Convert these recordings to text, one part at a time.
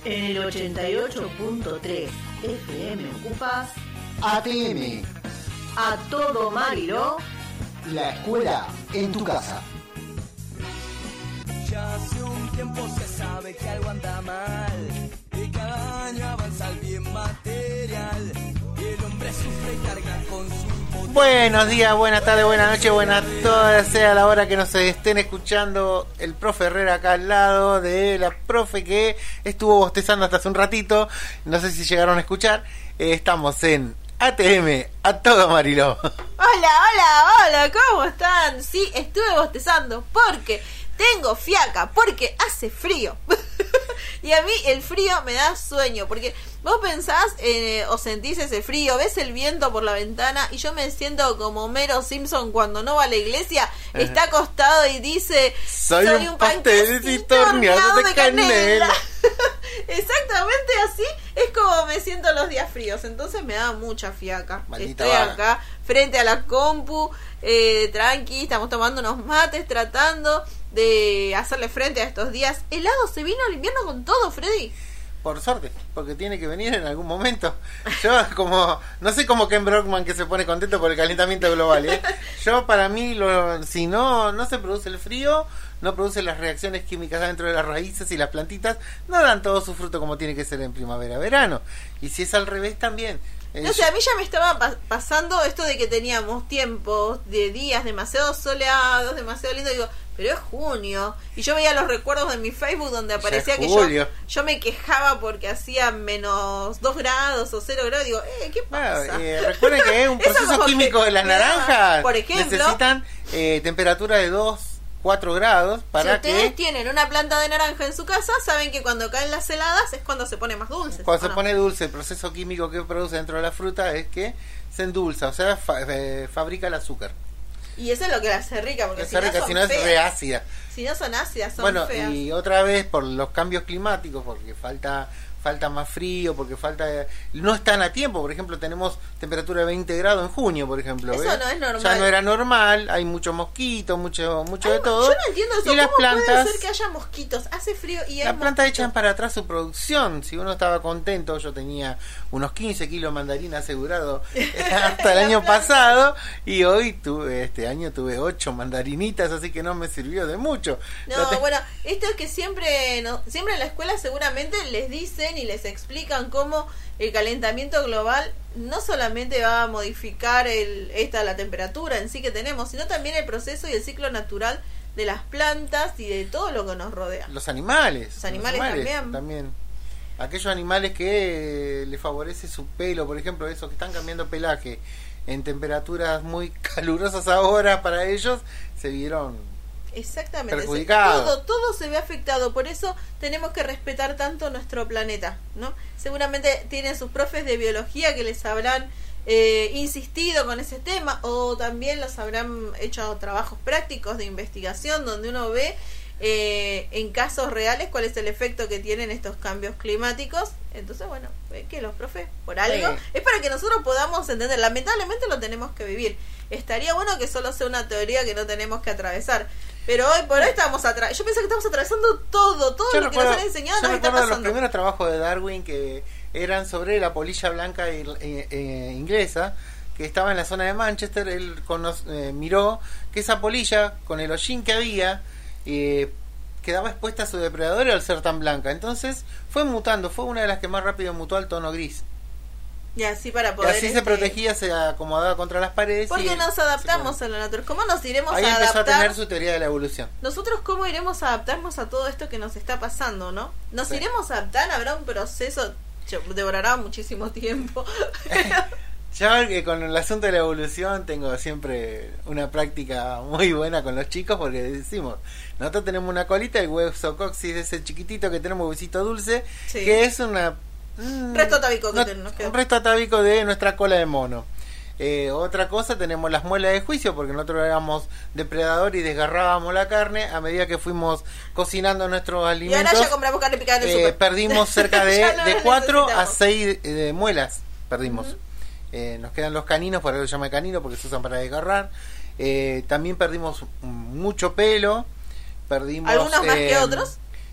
En el 88.3 FM ocupas ATM. A todo Mariló. La escuela en tu casa. Ya hace un tiempo se sabe que algo anda mal, y cada año avanza el bien material, y el hombre sufre y carga con su... Buenos días, buenas tardes, buenas noches, buenas todas, sea la hora que nos estén escuchando. El profe Herrera acá al lado de la profe que estuvo bostezando hasta hace un ratito. No sé si llegaron a escuchar. Estamos en ATM, a todo Mariló. Hola, ¿cómo están? Sí, estuve bostezando porque tengo fiaca, porque hace frío. Y a mí el frío me da sueño, porque vos pensás o sentís ese frío, ves el viento por la ventana, y yo me siento como Homero Simpson cuando no va a la iglesia, está acostado y dice: soy un panquecito horneado de canela. Exactamente así es como me siento los días fríos. Entonces me da mucha fiaca. Maldita Estoy vaga. acá frente a la compu, tranqui, estamos tomando unos mates, tratando de hacerle frente a estos días helados. Se vino el invierno con todo, Freddy. Por suerte, porque tiene que venir en algún momento. Yo como, no sé cómo Ken Brockman que se pone contento por el calentamiento global, ¿eh? Yo para mí, si no se produce el frío, no produce las reacciones químicas dentro de las raíces, y las plantitas no dan todo su fruto como tiene que ser en primavera, verano. Y si es al revés también. No sé, a mí ya me estaba pasando esto de que teníamos tiempos de días demasiado soleados, demasiado lindos. Digo, pero es junio. Y yo veía los recuerdos de mi Facebook donde aparecía que yo me quejaba porque hacía menos 2 grados o 0 grados. Digo, ¿qué pasa? Recuerden que es un proceso químico de las naranjas. Por ejemplo, necesitan temperatura de 2-4 grados para si ustedes tienen una planta de naranja en su casa, saben que cuando caen las heladas es cuando se pone más dulce. Cuando se pone dulce, el proceso químico que produce dentro de la fruta es que se endulza, o sea, fabrica el azúcar. Y eso es lo que la hace rica, porque si no es re ácida. Si no son ácidas, son feas. Y otra vez por los cambios climáticos, porque falta más frío, porque no están a tiempo. Por ejemplo, tenemos temperatura de 20 grados en junio, por ejemplo. Eso no es normal. Ya no era normal, hay muchos mosquitos, mucho de todo. Yo no entiendo eso. Y las plantas, puede ser que haya mosquitos? Hace frío y hay las plantas mosquitos. echan para atrás su producción. Si uno estaba contento, yo tenía unos 15 kilos de mandarina asegurado hasta el año pasado, y hoy este año tuve 8 mandarinitas, así que no me sirvió de mucho. Bueno, esto es que siempre en la escuela seguramente les dicen y les explican cómo el calentamiento global no solamente va a modificar la temperatura en sí que tenemos, sino también el proceso y el ciclo natural de las plantas y de todo lo que nos rodea. Los animales. Los animales también. Aquellos animales que les favorece su pelo, por ejemplo, esos que están cambiando pelaje en temperaturas muy calurosas ahora para ellos, se vieron exactamente perjudicados. Todo se ve afectado. Por eso tenemos que respetar tanto nuestro planeta, ¿no? Seguramente tienen sus profes de biología que les habrán insistido con ese tema, o también los habrán hecho trabajos prácticos de investigación donde uno ve en casos reales cuál es el efecto que tienen estos cambios climáticos. Entonces, bueno, que los profes por algo es para que nosotros podamos entender. Lamentablemente lo tenemos que vivir. Estaría bueno que solo sea una teoría que no tenemos que atravesar, pero hoy por hoy estamos yo pensé que estamos atravesando todo lo que nos han enseñado nos está pasando. Los primeros trabajos de Darwin que eran sobre la polilla blanca inglesa, que estaba en la zona de Manchester. Él miró que esa polilla, con el hollín que había, quedaba expuesta a su depredador al ser tan blanca. Entonces fue mutando, fue una de las que más rápido mutó al tono gris. Y así para poder... Y así se protegía, se acomodaba contra las paredes. Porque nos adaptamos a la naturaleza. ¿Cómo nos iremos ahí a adaptar? Ahí empezó a tener su teoría de la evolución. Nosotros, ¿cómo iremos a adaptarnos a todo esto que nos está pasando, no? ¿Nos iremos a adaptar? ¿Habrá un proceso? Devorará muchísimo tiempo. Yo con el asunto de la evolución tengo siempre una práctica muy buena con los chicos, porque decimos, nosotros tenemos una colita, el hueso coxis, ese chiquitito que tenemos, huesito dulce, que es un resto atávico que nos quedó. Un resto atávico de nuestra cola de mono. Otra cosa, tenemos las muelas de juicio, porque nosotros éramos depredador y desgarrábamos la carne. A medida que fuimos cocinando nuestros alimentos, y ahora ya compramos carne picada en el súper. Perdimos cerca de 4 a 6 muelas. Perdimos. Nos quedan los caninos, por eso se llama canino, porque se usan para desgarrar. También perdimos mucho pelo. Perdimos algunos más que otros.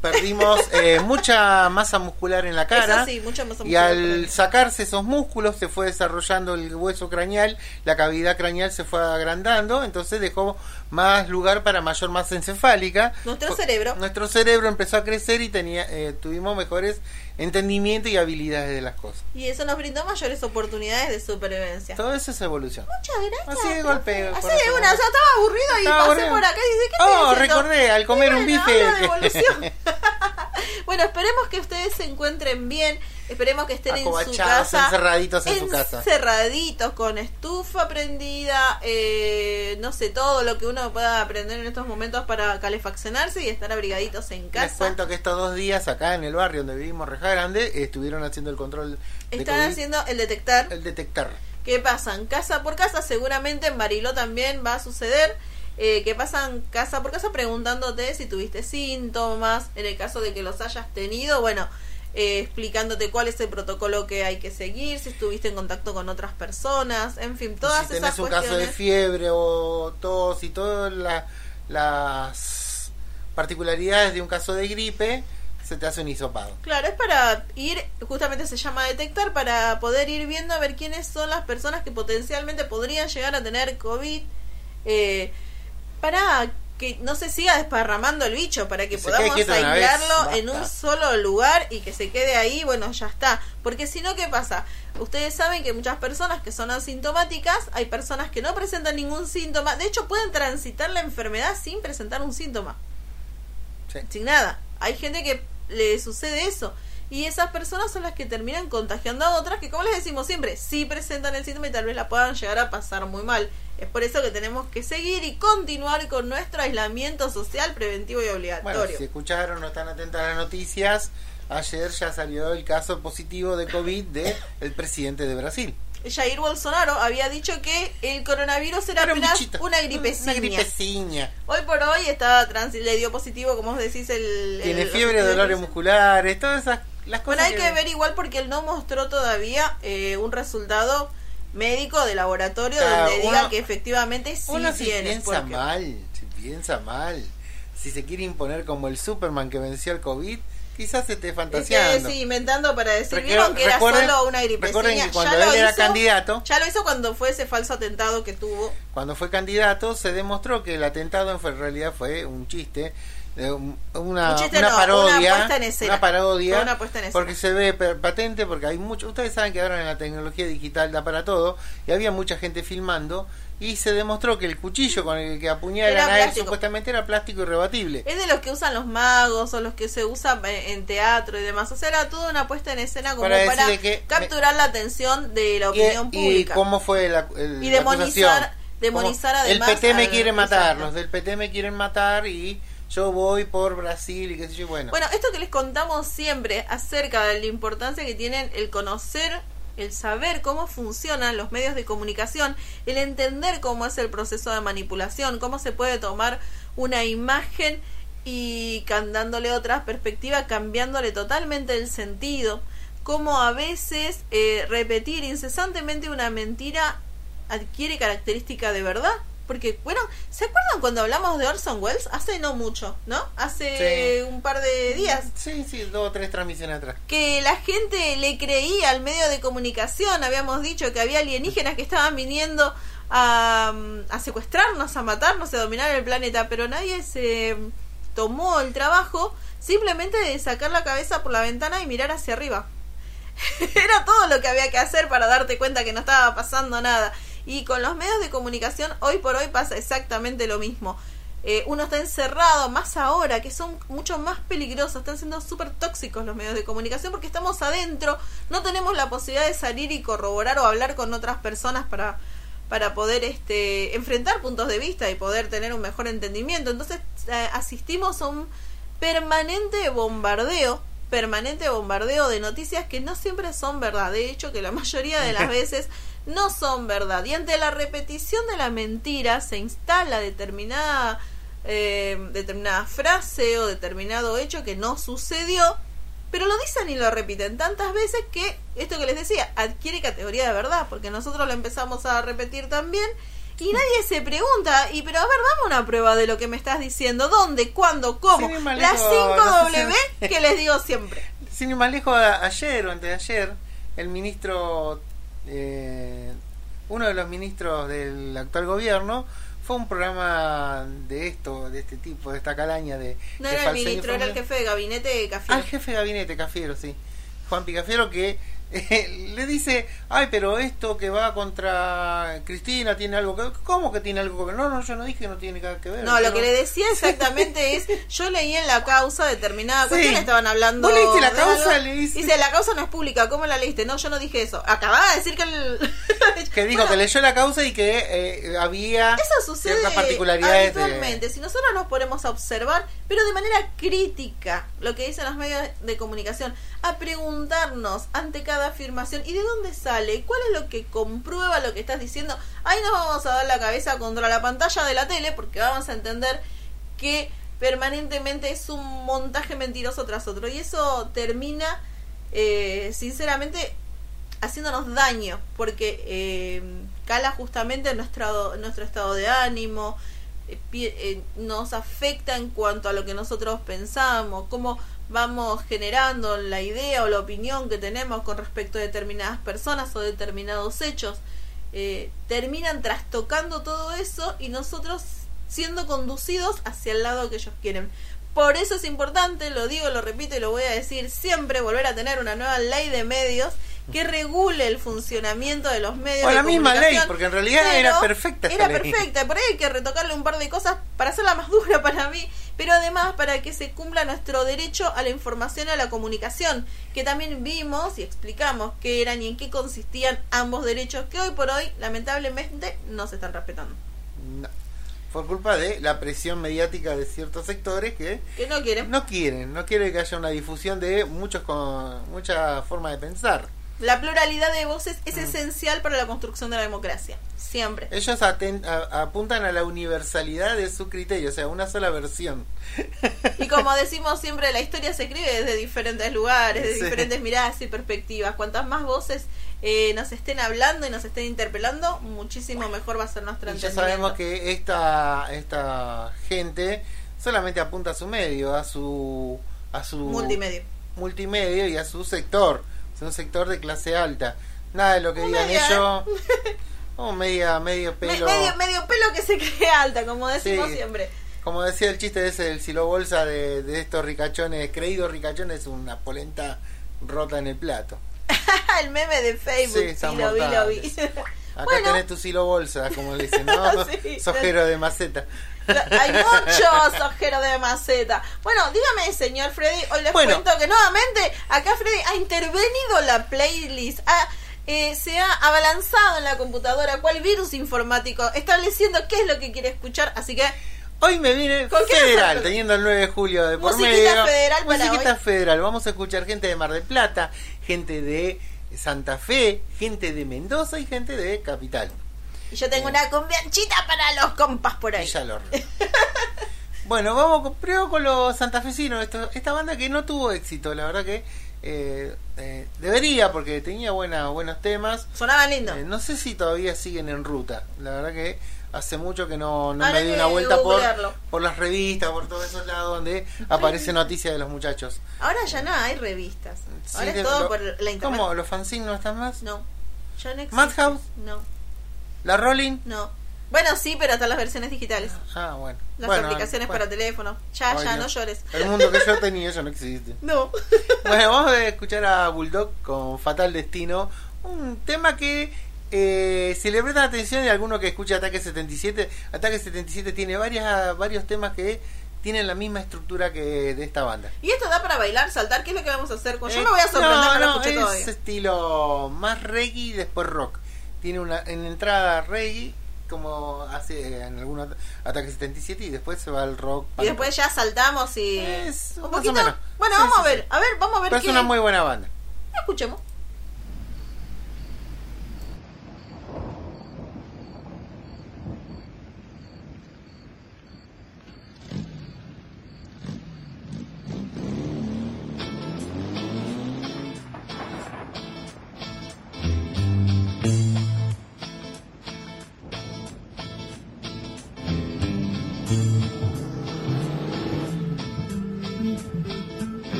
perdimos mucha masa muscular en la cara. Eso sí, mucha masa y muscular. al sacarse esos músculos se fue desarrollando el hueso craneal, la cavidad craneal se fue agrandando, entonces dejó más lugar para mayor masa encefálica. Nuestro cerebro empezó a crecer y tuvimos mejores entendimientos y habilidades de las cosas. Y eso nos brindó mayores oportunidades de supervivencia. Todo eso es evolución. Muchas gracias. Así de golpe. Así de una, o sea, estaba aburrido y pasé por acá y dice, ¿qué estoy diciendo? Recordé, al comer un bife. Habla de evolución. Bueno, esperemos que ustedes se encuentren bien. Esperemos que estén en su casa. Encerraditos en su casa. Encerraditos, con estufa prendida. No sé, todo lo que uno pueda aprender en estos momentos para calefaccionarse y estar abrigaditos en casa. Les cuento que estos 2 días acá en el barrio donde vivimos, Reja Grande, estuvieron haciendo el control de Están COVID. haciendo el detectar. ¿Qué pasan? Casa por casa, seguramente en Bariló también va a suceder. Que pasan casa por casa preguntándote si tuviste síntomas, en el caso de que los hayas tenido, bueno, explicándote cuál es el protocolo que hay que seguir, si estuviste en contacto con otras personas, en fin, todas si esas tenés un cuestiones. caso de fiebre o tos y todas las particularidades de un caso de gripe, se te hace un hisopado. Claro, es para ir, justamente se llama detectar, para poder ir viendo a ver quiénes son las personas que potencialmente podrían llegar a tener COVID, para que no se siga desparramando el bicho, para que podamos aislarlo en un solo lugar y que se quede ahí, bueno, ya está. Porque si no, ¿qué pasa? Ustedes saben que muchas personas que son asintomáticas, hay personas que no presentan ningún síntoma, de hecho pueden transitar la enfermedad sin presentar un síntoma, sin nada. Hay gente que le sucede eso, y esas personas son las que terminan contagiando a otras que, como les decimos siempre, sí presentan el síntoma y tal vez la puedan llegar a pasar muy mal. Es por eso que tenemos que seguir y continuar con nuestro aislamiento social preventivo y obligatorio. Bueno, si escucharon, no están atentas a las noticias, ayer ya salió el caso positivo de COVID del presidente de Brasil. Jair Bolsonaro había dicho que el coronavirus era apenas una gripeciña. Hoy por hoy le dio positivo, como vos decís, tiene fiebre, dolores musculares, todas las cosas. Bueno, hay que ver igual porque él no mostró todavía un resultado médico de laboratorio donde diga que efectivamente sí tiene. Si piensa mal, si se quiere imponer como el Superman que venció el COVID, quizás se esté fantaseando. Sí, inventando para decir, vieron que era solo una gripecina. Recuerden que cuando él era candidato, ya lo hizo cuando fue ese falso atentado que tuvo. Cuando fue candidato se demostró que el atentado en realidad fue un chiste, una parodia, una parodia, porque se ve patente, porque hay mucho. Ustedes saben que ahora en la tecnología digital da para todo, y había mucha gente filmando, y se demostró que el cuchillo con el que apuñalan a él supuestamente era plástico irrebatible. Es de los que usan los magos o los que se usan en teatro y demás. O sea, era toda una puesta en escena como para capturar la atención de la opinión pública. ¿Y cómo fue y demonizar además. El PT me quiere matar, los del PT me quieren matar y yo voy por Brasil y qué sé yo. Bueno, esto que les contamos siempre acerca de la importancia que tienen el conocer, el saber cómo funcionan los medios de comunicación, el entender cómo es el proceso de manipulación, cómo se puede tomar una imagen y dándole otra perspectiva, cambiándole totalmente el sentido, cómo a veces repetir incesantemente una mentira adquiere característica de verdad. Porque, bueno, ¿se acuerdan cuando hablamos de Orson Welles? Hace no mucho, ¿no? Hace un par de días. Sí, 2 o 3 transmisiones atrás. Que la gente le creía al medio de comunicación. Habíamos dicho que había alienígenas que estaban viniendo a secuestrarnos, a matarnos, a dominar el planeta. Pero nadie se tomó el trabajo simplemente de sacar la cabeza por la ventana y mirar hacia arriba. Era todo lo que había que hacer para darte cuenta que no estaba pasando nada. Y con los medios de comunicación hoy por hoy pasa exactamente lo mismo. Uno está encerrado, más ahora que son mucho más peligrosos, están siendo súper tóxicos los medios de comunicación porque estamos adentro, no tenemos la posibilidad de salir y corroborar o hablar con otras personas para poder enfrentar puntos de vista y poder tener un mejor entendimiento. Entonces asistimos a un permanente bombardeo de noticias que no siempre son verdad. De hecho, que la mayoría de las veces no son verdad. Y ante la repetición de la mentira se instala determinada frase o determinado hecho que no sucedió, pero lo dicen y lo repiten tantas veces que esto que les decía adquiere categoría de verdad, porque nosotros lo empezamos a repetir también Y nadie se pregunta, pero a ver, dame una prueba de lo que me estás diciendo. ¿Dónde? ¿Cuándo? ¿Cómo? Sin ir más Las lejos, 5 no sé W que les digo siempre. Sin ir más lejos, ayer o antes de ayer, el ministro, uno de los ministros del actual gobierno, fue a un programa de este tipo, de esta calaña de... No de era el falsa ministro, era el información. jefe de gabinete Cafiero. Al jefe de gabinete, Cafiero, sí. Juan Picafiero, que le dice, ay, pero esto que va contra Cristina tiene algo que ver. ¿Cómo que tiene algo que ver? No, yo no dije que no tiene nada que ver. No, lo que le decía exactamente es, yo leí en la causa determinada cuestión, estaban hablando... ¿Vos leíste la de causa? algo. Le dice... Dice, la causa no es pública, ¿cómo la leíste? No, yo no dije eso. Acababa de decir que que dijo que leyó la causa y que había eso sucede ciertas particularidades habitualmente. Si nosotros nos ponemos a observar, pero de manera crítica, lo que dicen los medios de comunicación, a preguntarnos ante cada afirmación, ¿y de dónde sale? ¿Cuál es lo que comprueba lo que estás diciendo? Ahí nos vamos a dar la cabeza contra la pantalla de la tele, porque vamos a entender que permanentemente es un montaje mentiroso tras otro, y eso termina sinceramente haciéndonos daño, porque cala justamente en nuestro estado de ánimo, nos afecta en cuanto a lo que nosotros pensamos, cómo vamos generando la idea o la opinión que tenemos con respecto a determinadas personas o determinados hechos. Terminan trastocando todo eso y nosotros siendo conducidos hacia el lado que ellos quieren. Por eso es importante, lo digo, lo repito y lo voy a decir siempre, volver a tener una nueva ley de medios que regule el funcionamiento de los medios de la misma comunicación. ley, porque en realidad era perfecta esta Era ley. perfecta, por ahí hay que retocarle un par de cosas para hacerla más dura para mí, pero además para que se cumpla nuestro derecho a la información y a la comunicación, que también vimos y explicamos qué eran y en qué consistían ambos derechos que hoy por hoy lamentablemente no se están respetando. No. Por culpa de la presión mediática de ciertos sectores que no quieren. No quieren que haya una difusión de muchos con mucha forma de pensar. La pluralidad de voces es esencial para la construcción de la democracia, siempre. Ellos apuntan a la universalidad de su criterio, o sea, una sola versión. Y como decimos siempre, la historia se escribe desde diferentes lugares, de Sí. diferentes miradas y perspectivas. Cuantas más voces nos estén hablando y nos estén interpelando, muchísimo mejor va a ser nuestra Y ya entendimiento. sabemos que esta gente solamente apunta a su medio, a su multimedio y a su sector. Es un sector de clase alta. Nada de lo que digan ellos. Medio pelo. Medio pelo que se cree alta, como decimos Sí. siempre. Como decía el chiste ese del silo bolsa de estos ricachones, creídos ricachones, una polenta rota en el plato. El meme de Facebook, Sí, están sí, lo vi. mortales. Acá tenés tu silo bolsa, como le dicen, ¿no? Sí. Sojero de maceta. Hay muchos ojeros de maceta. Bueno, dígame, señor Freddy, hoy les cuento que nuevamente acá Freddy ha intervenido la playlist, se ha abalanzado en la computadora cual virus informático, estableciendo qué es lo que quiere escuchar, así que hoy me viene federal, teniendo el 9 de julio de por medio. Federal para musiquita hoy. federal. Vamos a escuchar gente de Mar del Plata, gente de Santa Fe, gente de Mendoza y gente de Capital. Y yo tengo una cumbianchita para los compas por ahí. Y ya lo Bueno, vamos primero con los santafesinos. Esta banda que no tuvo éxito, la verdad que debería, porque tenía buenos temas. Sonaban lindo. No sé si todavía siguen en ruta. La verdad que hace mucho que no me di una vuelta por las revistas, por todos esos lados donde aparece noticias de los muchachos. Ahora ya no hay revistas. Sí, Ahora es todo por la internet. ¿Cómo? ¿Los fanzines no están más? No. Ya no existe. ¿Madhouse? No. ¿La Rolling? No. Bueno, sí, pero hasta las versiones digitales. Ah, bueno. Las aplicaciones para teléfono. Ya, no llores. El mundo que yo tenía ya no existe. No. Bueno, vamos a escuchar a Bulldog con Fatal Destino. Un tema que, si le prestan atención, y alguno que escuche Ataque 77, Ataque 77 tiene varios temas que tienen la misma estructura que de esta banda. ¿Y esto da para bailar, saltar? ¿Qué es lo que vamos a hacer? Yo me voy a sorprender, no lo escuché todavía. Es estilo más reggae y después rock. Tiene en entrada reggae, como hace en algunos Ataque 77, y después se va al rock. Y después ya saltamos y... un poquito. más o menos. Bueno, Sí, vamos sí, a ver. sí. A ver, vamos a ver Pero qué... es una muy buena banda. Escuchemos.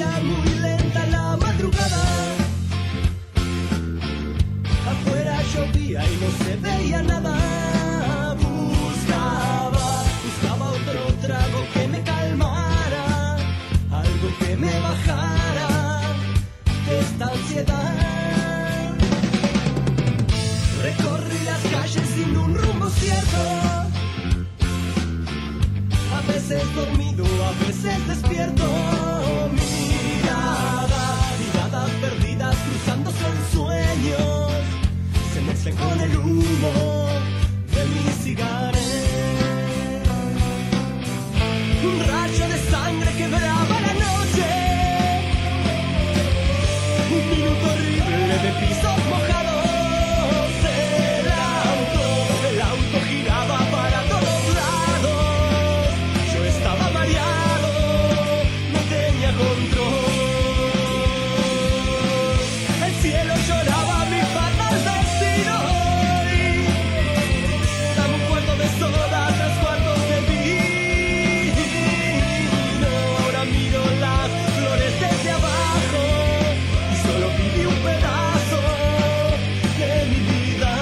Caía muy lenta la madrugada. Afuera llovía y no se veía nada. Buscaba otro trago que me calmara, algo que me bajara de esta ansiedad. Recorrí las calles sin un rumbo cierto, a veces dormido, a veces despierto. Miradas perdidas cruzándose en sueños, se mezclan con el humo de mi cigarrillo. Un rayo de sangre quebraba la noche, un minuto horrible de pisos mojados. El auto giraba para todos lados. Yo estaba mareado, no tenía control. El cielo lloraba mi fatal destino. Dame un cuarto de soda, 3 cuartos de vino. Ahora miro las flores desde abajo y solo viví un pedazo de mi vida.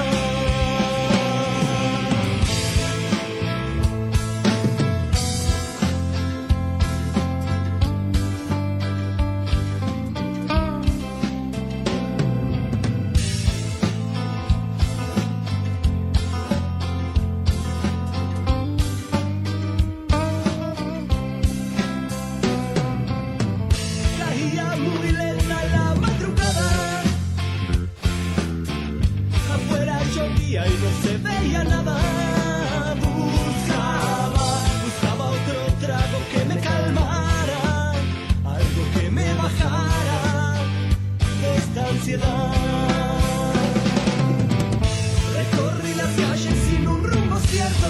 Caía muy lenta la madrugada. Afuera llovía y no se veía nada. Buscaba otro trago que me calmara, algo que me bajara de esta ansiedad. Recorrí las calles sin un rumbo cierto,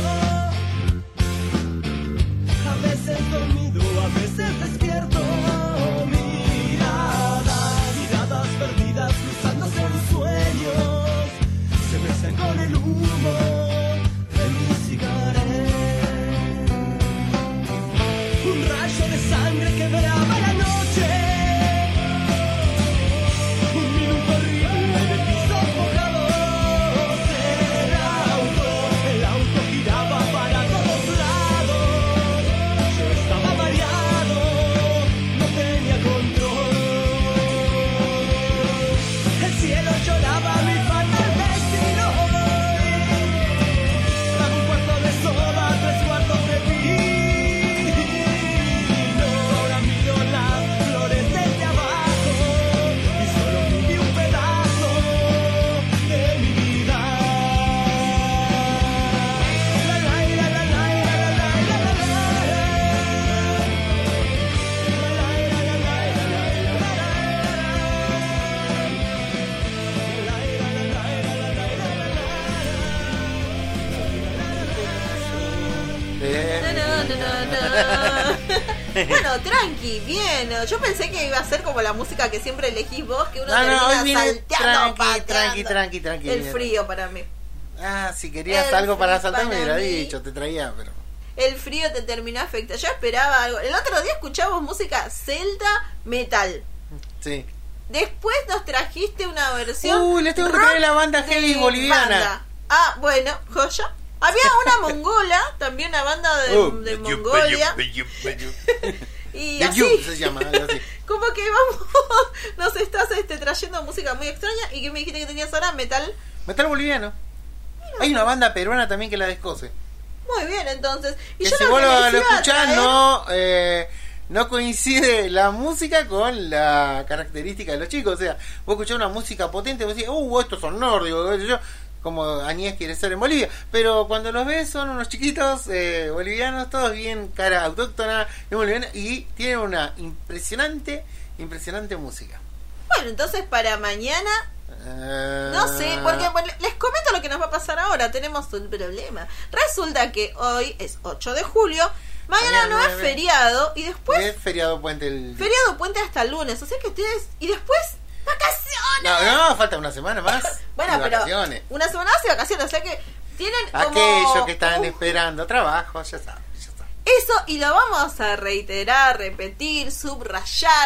a veces dormido, a veces despierto. Miradas perdidas cruzándose en sueños, se mezclan con el humo de mi cigarrillo. Un rayo de sangre quebraba la noche, un minuto horrible de pisos mojados. El auto giraba para todos lados. Yo estaba mareado, no tenía control. El cielo lloraba mi fatal destino. Dame un cuarto de soda, 3 cuartos de vino. Ahora miro las flores desde abajo y solo viví un pedazo de mi vida. La la la la la la la la la Bueno, tranqui, bien. Yo pensé que iba a ser como la música que siempre elegís vos, que uno No, hoy termina viene salteando, tranqui. pateando. El frío para mí. Ah, si querías El algo para frío saltar me para hubiera mí. dicho, te traía, pero... El frío te terminó afectando. Yo esperaba algo. El otro día escuchamos música celta metal. Sí. Después nos trajiste una versión. Les tengo que rock traer la banda de heavy boliviana. banda. Ah, bueno, joya. Había una mongola, también una banda de Mongolia. Y así, se llama, algo así. como que vamos, nos estás trayendo música muy extraña. ¿Y que me dijiste que tenías ahora? Metal. Metal boliviano. Hay una banda peruana también que la descoce. Muy bien, entonces. Y Que yo si lo vos que lo les iba a escuchás, traer- no coincide la música con la característica de los chicos. O sea, vos escuchás una música potente y vos decís, estos son nórdicos, qué sé yo, como Añez quiere ser en Bolivia. Pero cuando los ves son unos chiquitos bolivianos, todos bien cara autóctona, bien boliviana, y tienen una impresionante música. Bueno, entonces para mañana, no sé, porque bueno, les comento lo que nos va a pasar ahora. Tenemos un problema. Resulta que hoy es 8 de julio, mañana no es feriado, y después es feriado puente feriado puente hasta el lunes. O sea que ustedes, y después vacaciones. No, falta una semana más. Bueno, de pero vacaciones. una semana más y vacaciones, o sea que tienen como Aquellos que están esperando trabajo, ya saben. eso, y lo vamos a reiterar, repetir, subrayar.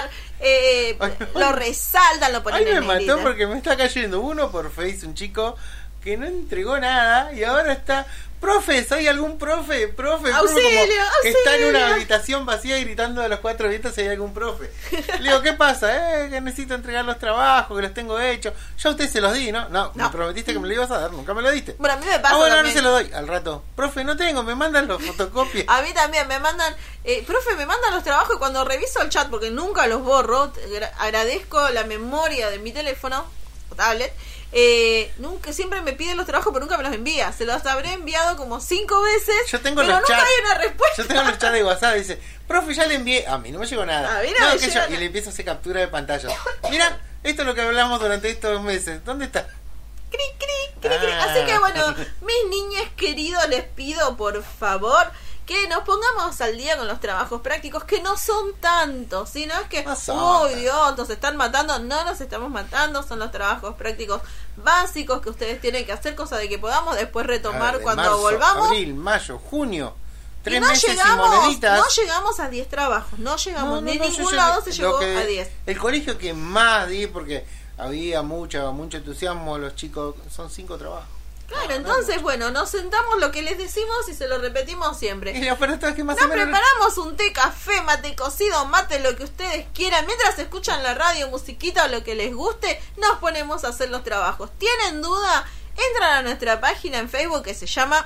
lo resaltan, lo ponen Ay, me en mató negrita. porque me está cayendo uno por Face, un chico que no entregó nada y ahora está, profe, ¿soy algún profe? Auxilio, que está en una auxilio. habitación vacía gritando a los cuatro vientos si hay algún profe. Le digo, ¿qué pasa? Que necesito entregar los trabajos, que los tengo hechos. Yo a usted se los di, ¿no? No, me prometiste que me lo ibas a dar, nunca me lo diste. Bueno, a mí me pasa Bueno, ahora también. se lo doy al rato. Profe, no tengo, me mandan los fotocopias. A mí también me mandan, profe, me mandan los trabajos y cuando reviso el chat, porque nunca los borro, agradezco la memoria de mi teléfono o tablet, nunca, siempre me piden los trabajos pero nunca me los envía. Se los habré enviado como 5 veces. Yo tengo pero los nunca chats. hay una respuesta. Yo tengo los chats de WhatsApp, dice, profe, ya le envié. A mí no me llegó nada. A mí no me que llegó yo- nada. Y le empiezo a hacer captura de pantalla. Mira, esto es lo que hablamos durante estos meses. ¿Dónde está? Cri, cri, cri, cri. Ah. Así que bueno, mis niñas queridos, les pido por favor que nos pongamos al día con los trabajos prácticos, que no son tantos, sino es que, No son uy tantos. Dios, nos están matando. No nos estamos matando, son los trabajos prácticos básicos que ustedes tienen que hacer, cosa de que podamos después retomar Ah, de cuando marzo, volvamos. Abril, mayo, junio. Y 3 no meses llegamos, y moneditas. no llegamos a 10 trabajos, no llegamos, ni yo ningún llegué- lado se lo llegó que- a 10. El colegio que más di, porque había mucho entusiasmo, los chicos, son 5 trabajos. Claro, entonces, bueno, nos sentamos lo que les decimos y se lo repetimos siempre. Y lo peor de todo es que más Nos o menos... preparamos un té, café, mate cocido, mate, lo que ustedes quieran. Mientras escuchan la radio, musiquita o lo que les guste, nos ponemos a hacer los trabajos. ¿Tienen duda? Entran a nuestra página en Facebook que se llama...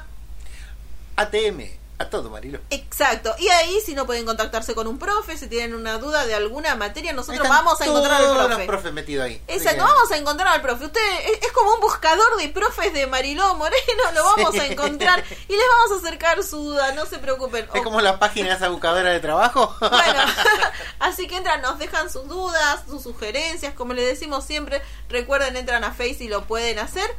ATM, a todo, Marilo. Exacto. Y ahí, si no pueden contactarse con un profe, si tienen una duda de alguna materia, nosotros Están vamos a encontrar al todos profe. los profes metidos ahí. Exacto, Así que- vamos a encontrar al profe. Usted es como un buscador de profes de Mariló Moreno, lo vamos Sí. a encontrar y les vamos a acercar su duda, no se preocupen. Es como la página de esa buscadora de trabajo. Bueno, así que entran, nos dejan sus dudas, sus sugerencias, como les decimos siempre, recuerden, entran a Face y lo pueden hacer.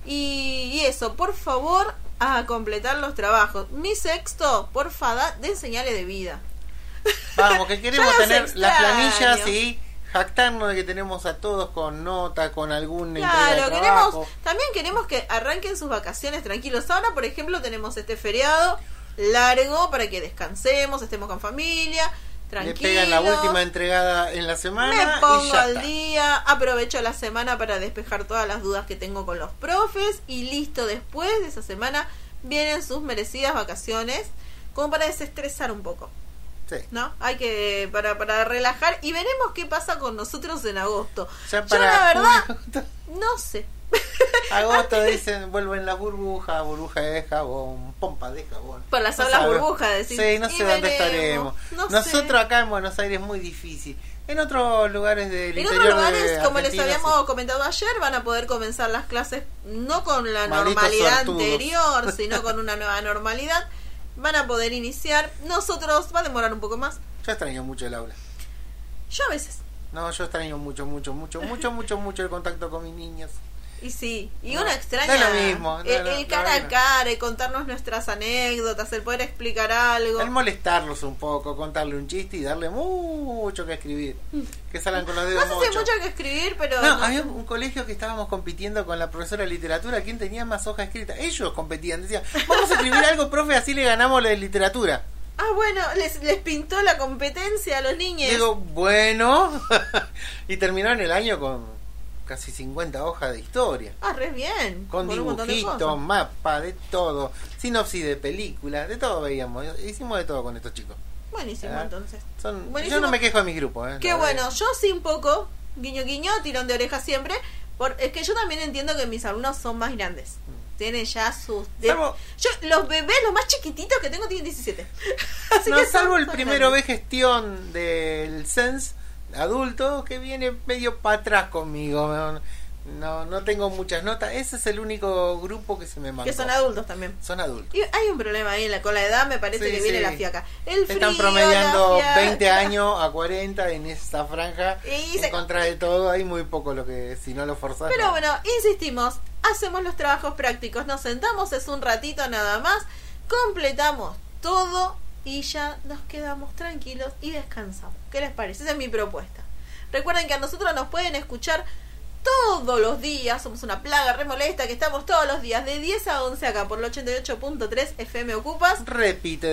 Y eso, por favor, a completar los trabajos. Mi sexto, porfa, den señales de vida. Vamos, que queremos Ya los tener las planillas extraño. y jactarnos de que tenemos a todos con nota, con algún Claro, también queremos que arranquen sus vacaciones tranquilos. Ahora, por ejemplo, tenemos este feriado largo para que descansemos, estemos con familia, Le tranquilos. pegan la última entregada en la semana Me y pongo ya al está. día, aprovecho la semana para despejar todas las dudas que tengo con los profes y listo, después de esa semana vienen sus merecidas vacaciones como para desestresar un poco, Sí. ¿no? Hay que, para relajar y veremos qué pasa con nosotros en agosto. Ya Yo para la verdad, julio, no sé. agosto dicen, vuelven las burbujas, burbuja de jabón, pompa de jabón. Por las No aulas sabe- burbujas, decís. Sí, no Y sé dónde veremos, estaremos. no Nosotros sé. acá en Buenos Aires es muy difícil. En otros lugares del En interior otros lugares, de como les Argentina, habíamos sí. comentado ayer, van a poder comenzar las clases no con la Malditos normalidad suertudos. anterior, sino con una nueva normalidad. Van a poder iniciar. Nosotros va a demorar un poco más. Yo extraño mucho el aula. Yo a veces. No, yo extraño mucho el contacto con mis niños. Y sí, y No, uno extraña no es lo mismo, no, el no, cara no. a cara, y contarnos nuestras anécdotas, el poder explicar algo. El molestarlos un poco, contarle un chiste y darle mucho que escribir. Que salgan con los No dedos sé si hay mochos. mucho que escribir, pero... No, no había sé. un colegio que estábamos compitiendo con la profesora de literatura. ¿Quién tenía más hojas escritas? Ellos competían. Decían, vamos a escribir algo, profe, así le ganamos la de literatura. Ah, bueno, les pintó la competencia a los niños. Digo, bueno. Y terminaron el año con casi 50 hojas de historia. Ah, re bien. Con un montón de dibujitos, cosas. mapas, de todo. Sinopsis de películas, de todo veíamos. Hicimos de todo con estos chicos. Buenísimo, Ah, entonces. Son, Buenísimo. yo no me quejo de mis grupos. Qué la bueno, verdad. yo sí un poco, guiño guiño, tirón de oreja siempre, es que yo también entiendo que mis alumnos son más grandes. Tienen ya sus... Salvo- yo, los bebés, los más chiquititos que tengo, tienen 17. Así No, que son- salvo el son primero grandes. B gestión del SENS adulto que viene medio para atrás conmigo. No tengo muchas notas. Ese es el único grupo que se me mandó. Que son adultos también. Son adultos. Y hay un problema ahí con la edad, me parece Sí, que viene sí. la fiaca. El frío, Están promediando la fiaca. 20 años a 40 en esa franja. Y se- En contra de todo, hay muy poco lo que si no lo forzás. Pero no. bueno, insistimos, hacemos los trabajos prácticos, nos sentamos, es un ratito nada más, completamos todo y ya nos quedamos tranquilos y descansamos. ¿Qué les parece? Esa es mi propuesta. Recuerden que a nosotros nos pueden escuchar todos los días, somos una plaga re molesta que estamos todos los días de 10 a 11 acá por el 88.3 FM Ocupas. Repite de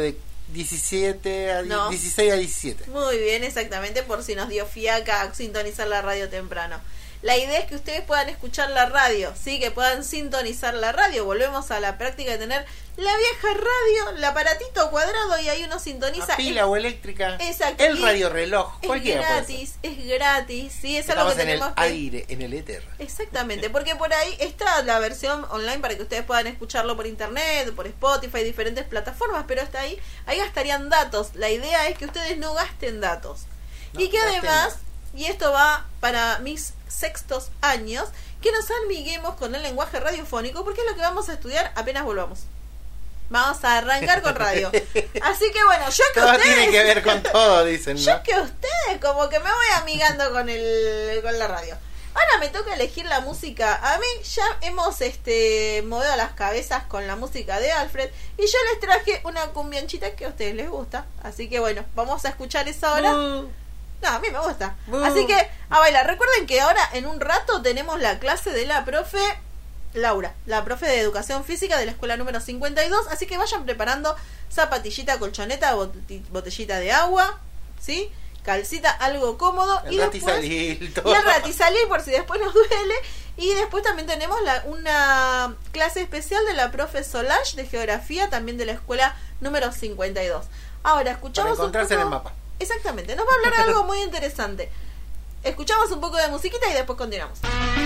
17 a No. 16 a 17. Muy bien, exactamente, por si nos dio fiaca sintonizar la radio temprano. La idea es que ustedes puedan escuchar la radio, sí, que puedan sintonizar la radio. Volvemos a la práctica de tener la vieja radio, el aparatito cuadrado, y ahí uno sintoniza. A pila o eléctrica. Exacto. El Y radio reloj. es Cualquiera puede gratis, es gratis, sí, es algo Estamos que en el tenemos que... aire, en el éter. Exactamente, porque por ahí está la versión online para que ustedes puedan escucharlo por internet, por Spotify, diferentes plataformas, pero hasta ahí gastarían datos. La idea es que ustedes no gasten datos. No, y que gasten además, no. y esto va para mis sextos años, que nos amiguemos con el lenguaje radiofónico, porque es lo que vamos a estudiar apenas volvamos. Vamos a arrancar con radio. Así que bueno, yo que Todo ustedes... tiene que ver con todo, dicen, Yo ¿no? que ustedes, como que me voy amigando con la radio. Ahora me toca elegir la música. A mí ya hemos movido las cabezas con la música de Alfred, y yo les traje una cumbianchita que a ustedes les gusta. Así que bueno, vamos a escuchar eso ahora. No, a mí me gusta. Así que a bailar. Recuerden que ahora en un rato tenemos la clase de la profe Laura, la profe de educación física de la escuela número 52. Así que vayan preparando zapatillita, colchoneta, botellita de agua, ¿sí? Calcita, algo cómodo. El y ratizalil, después, todo. y el ratizalil por si después nos duele. Y después también tenemos una clase especial de la profe Solange de geografía, también de la escuela número 52. Ahora escuchamos Para encontrarse un en poco... el mapa. Exactamente, nos va a hablar de algo muy interesante. Escuchamos un poco de musiquita y después continuamos.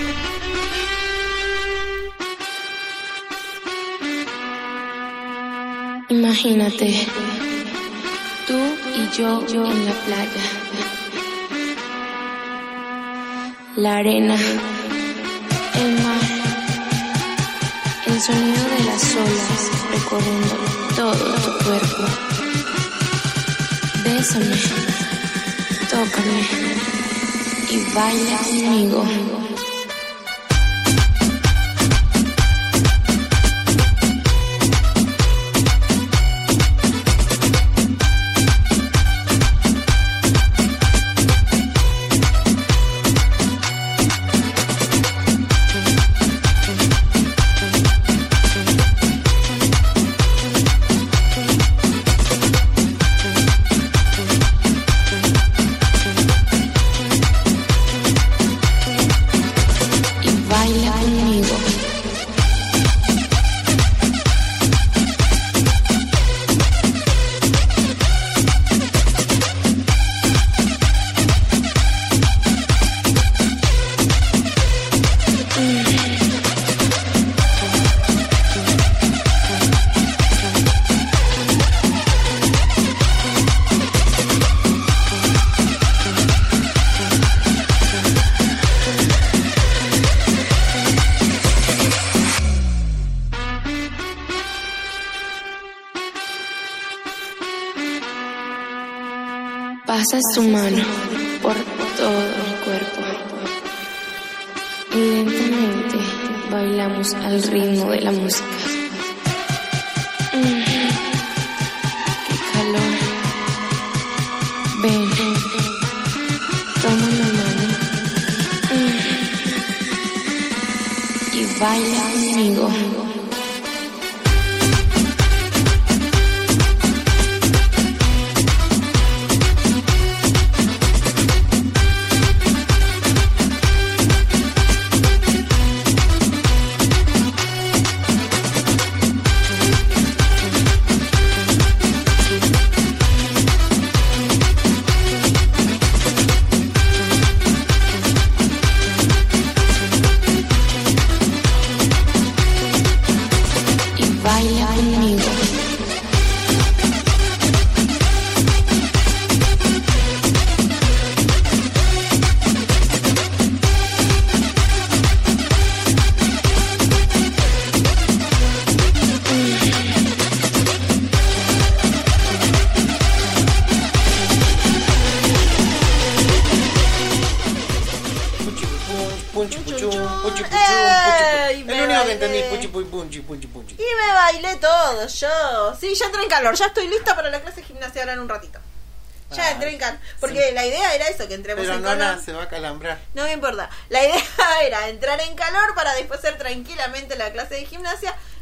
Imagínate, tú y yo en la playa, la arena, el mar, el sonido de las olas recorriendo todo tu cuerpo. Bésame, tócame y baila conmigo. Pasas tu mano por todo mi cuerpo y lentamente bailamos al ritmo de la música. ¡Qué calor! Ven, toma mi mano y baila conmigo. Y me bailé todo yo. Sí, ya entré en calor. Ya estoy lista para la clase de gimnasia ahora en un ratito. Ya entré en calor. Porque sí. la idea era eso, que entremos pero en no, calor. nada, se va a calambrar. No me importa. La idea era entrar en calor para después hacer tranquilamente la clase de gimnasia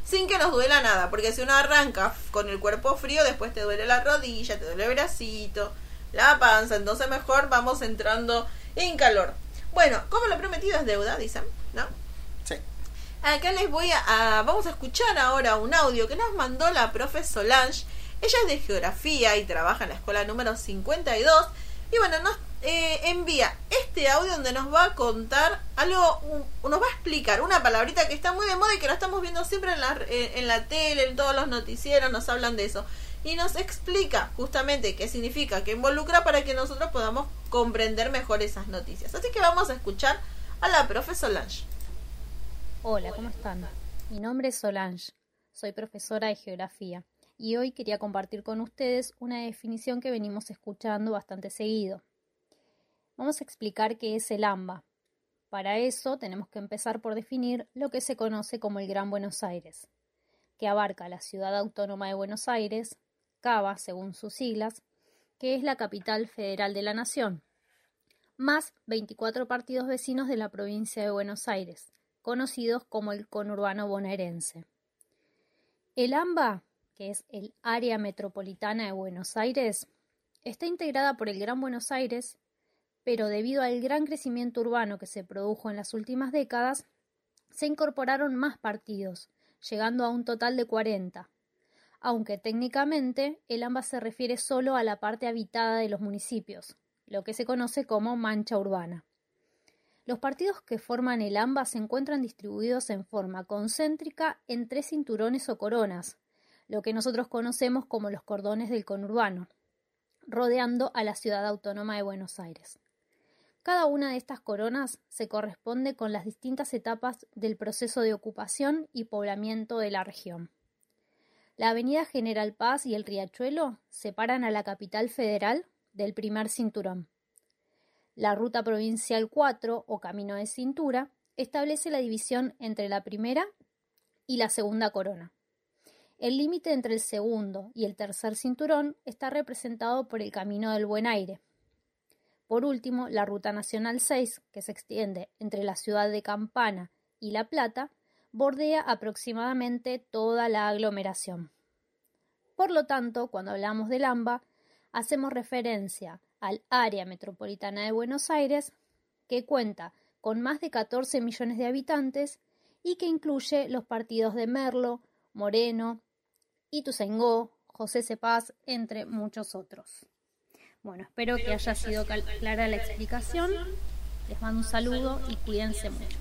sin que nos duela nada, porque si uno arranca con el cuerpo frío, después te duele la rodilla, te duele el bracito, la panza, entonces mejor vamos entrando en calor. Bueno, como lo prometido es deuda, dicen, ¿no? Sí. Acá les vamos a escuchar ahora un audio que nos mandó la profe Solange. Ella es de geografía y trabaja en la escuela número 52. Y bueno, nos envía este audio donde nos va a contar algo, nos va a explicar una palabrita que está muy de moda y que la estamos viendo siempre en la tele, en todos los noticieros, nos hablan de eso. Y nos explica justamente qué significa, qué involucra, para que nosotros podamos comprender mejor esas noticias. Así que vamos a escuchar a la profe Solange. Hola, ¿cómo están? Mi nombre es Solange, soy profesora de geografía y hoy quería compartir con ustedes una definición que venimos escuchando bastante seguido. Vamos a explicar qué es el AMBA. Para eso tenemos que empezar por definir lo que se conoce como el Gran Buenos Aires, que abarca la Ciudad Autónoma de Buenos Aires, CABA según sus siglas, que es la capital federal de la nación, más 24 partidos vecinos de la provincia de Buenos Aires, conocidos como el conurbano bonaerense. El AMBA, que es el Área Metropolitana de Buenos Aires, está integrada por el Gran Buenos Aires, pero debido al gran crecimiento urbano que se produjo en las últimas décadas, se incorporaron más partidos, llegando a un total de 40, aunque técnicamente el AMBA se refiere solo a la parte habitada de los municipios, lo que se conoce como mancha urbana. Los partidos que forman el AMBA se encuentran distribuidos en forma concéntrica en 3 cinturones o coronas, lo que nosotros conocemos como los cordones del conurbano, rodeando a la Ciudad Autónoma de Buenos Aires. Cada una de estas coronas se corresponde con las distintas etapas del proceso de ocupación y poblamiento de la región. La avenida General Paz y el Riachuelo separan a la capital federal del primer cinturón. La Ruta Provincial 4 o Camino de Cintura establece la división entre la primera y la segunda corona. El límite entre el segundo y el tercer cinturón está representado por el Camino del Buen Aire. Por último, la Ruta Nacional 6, que se extiende entre la ciudad de Campana y La Plata, bordea aproximadamente toda la aglomeración. Por lo tanto, cuando hablamos del AMBA, hacemos referencia al área metropolitana de Buenos Aires, que cuenta con más de 14 millones de habitantes y que incluye los partidos de Merlo, Moreno, Ituzaingó, José Cepaz, entre muchos otros. Bueno, espero que haya sido clara la explicación. Les mando un saludo y cuídense mucho.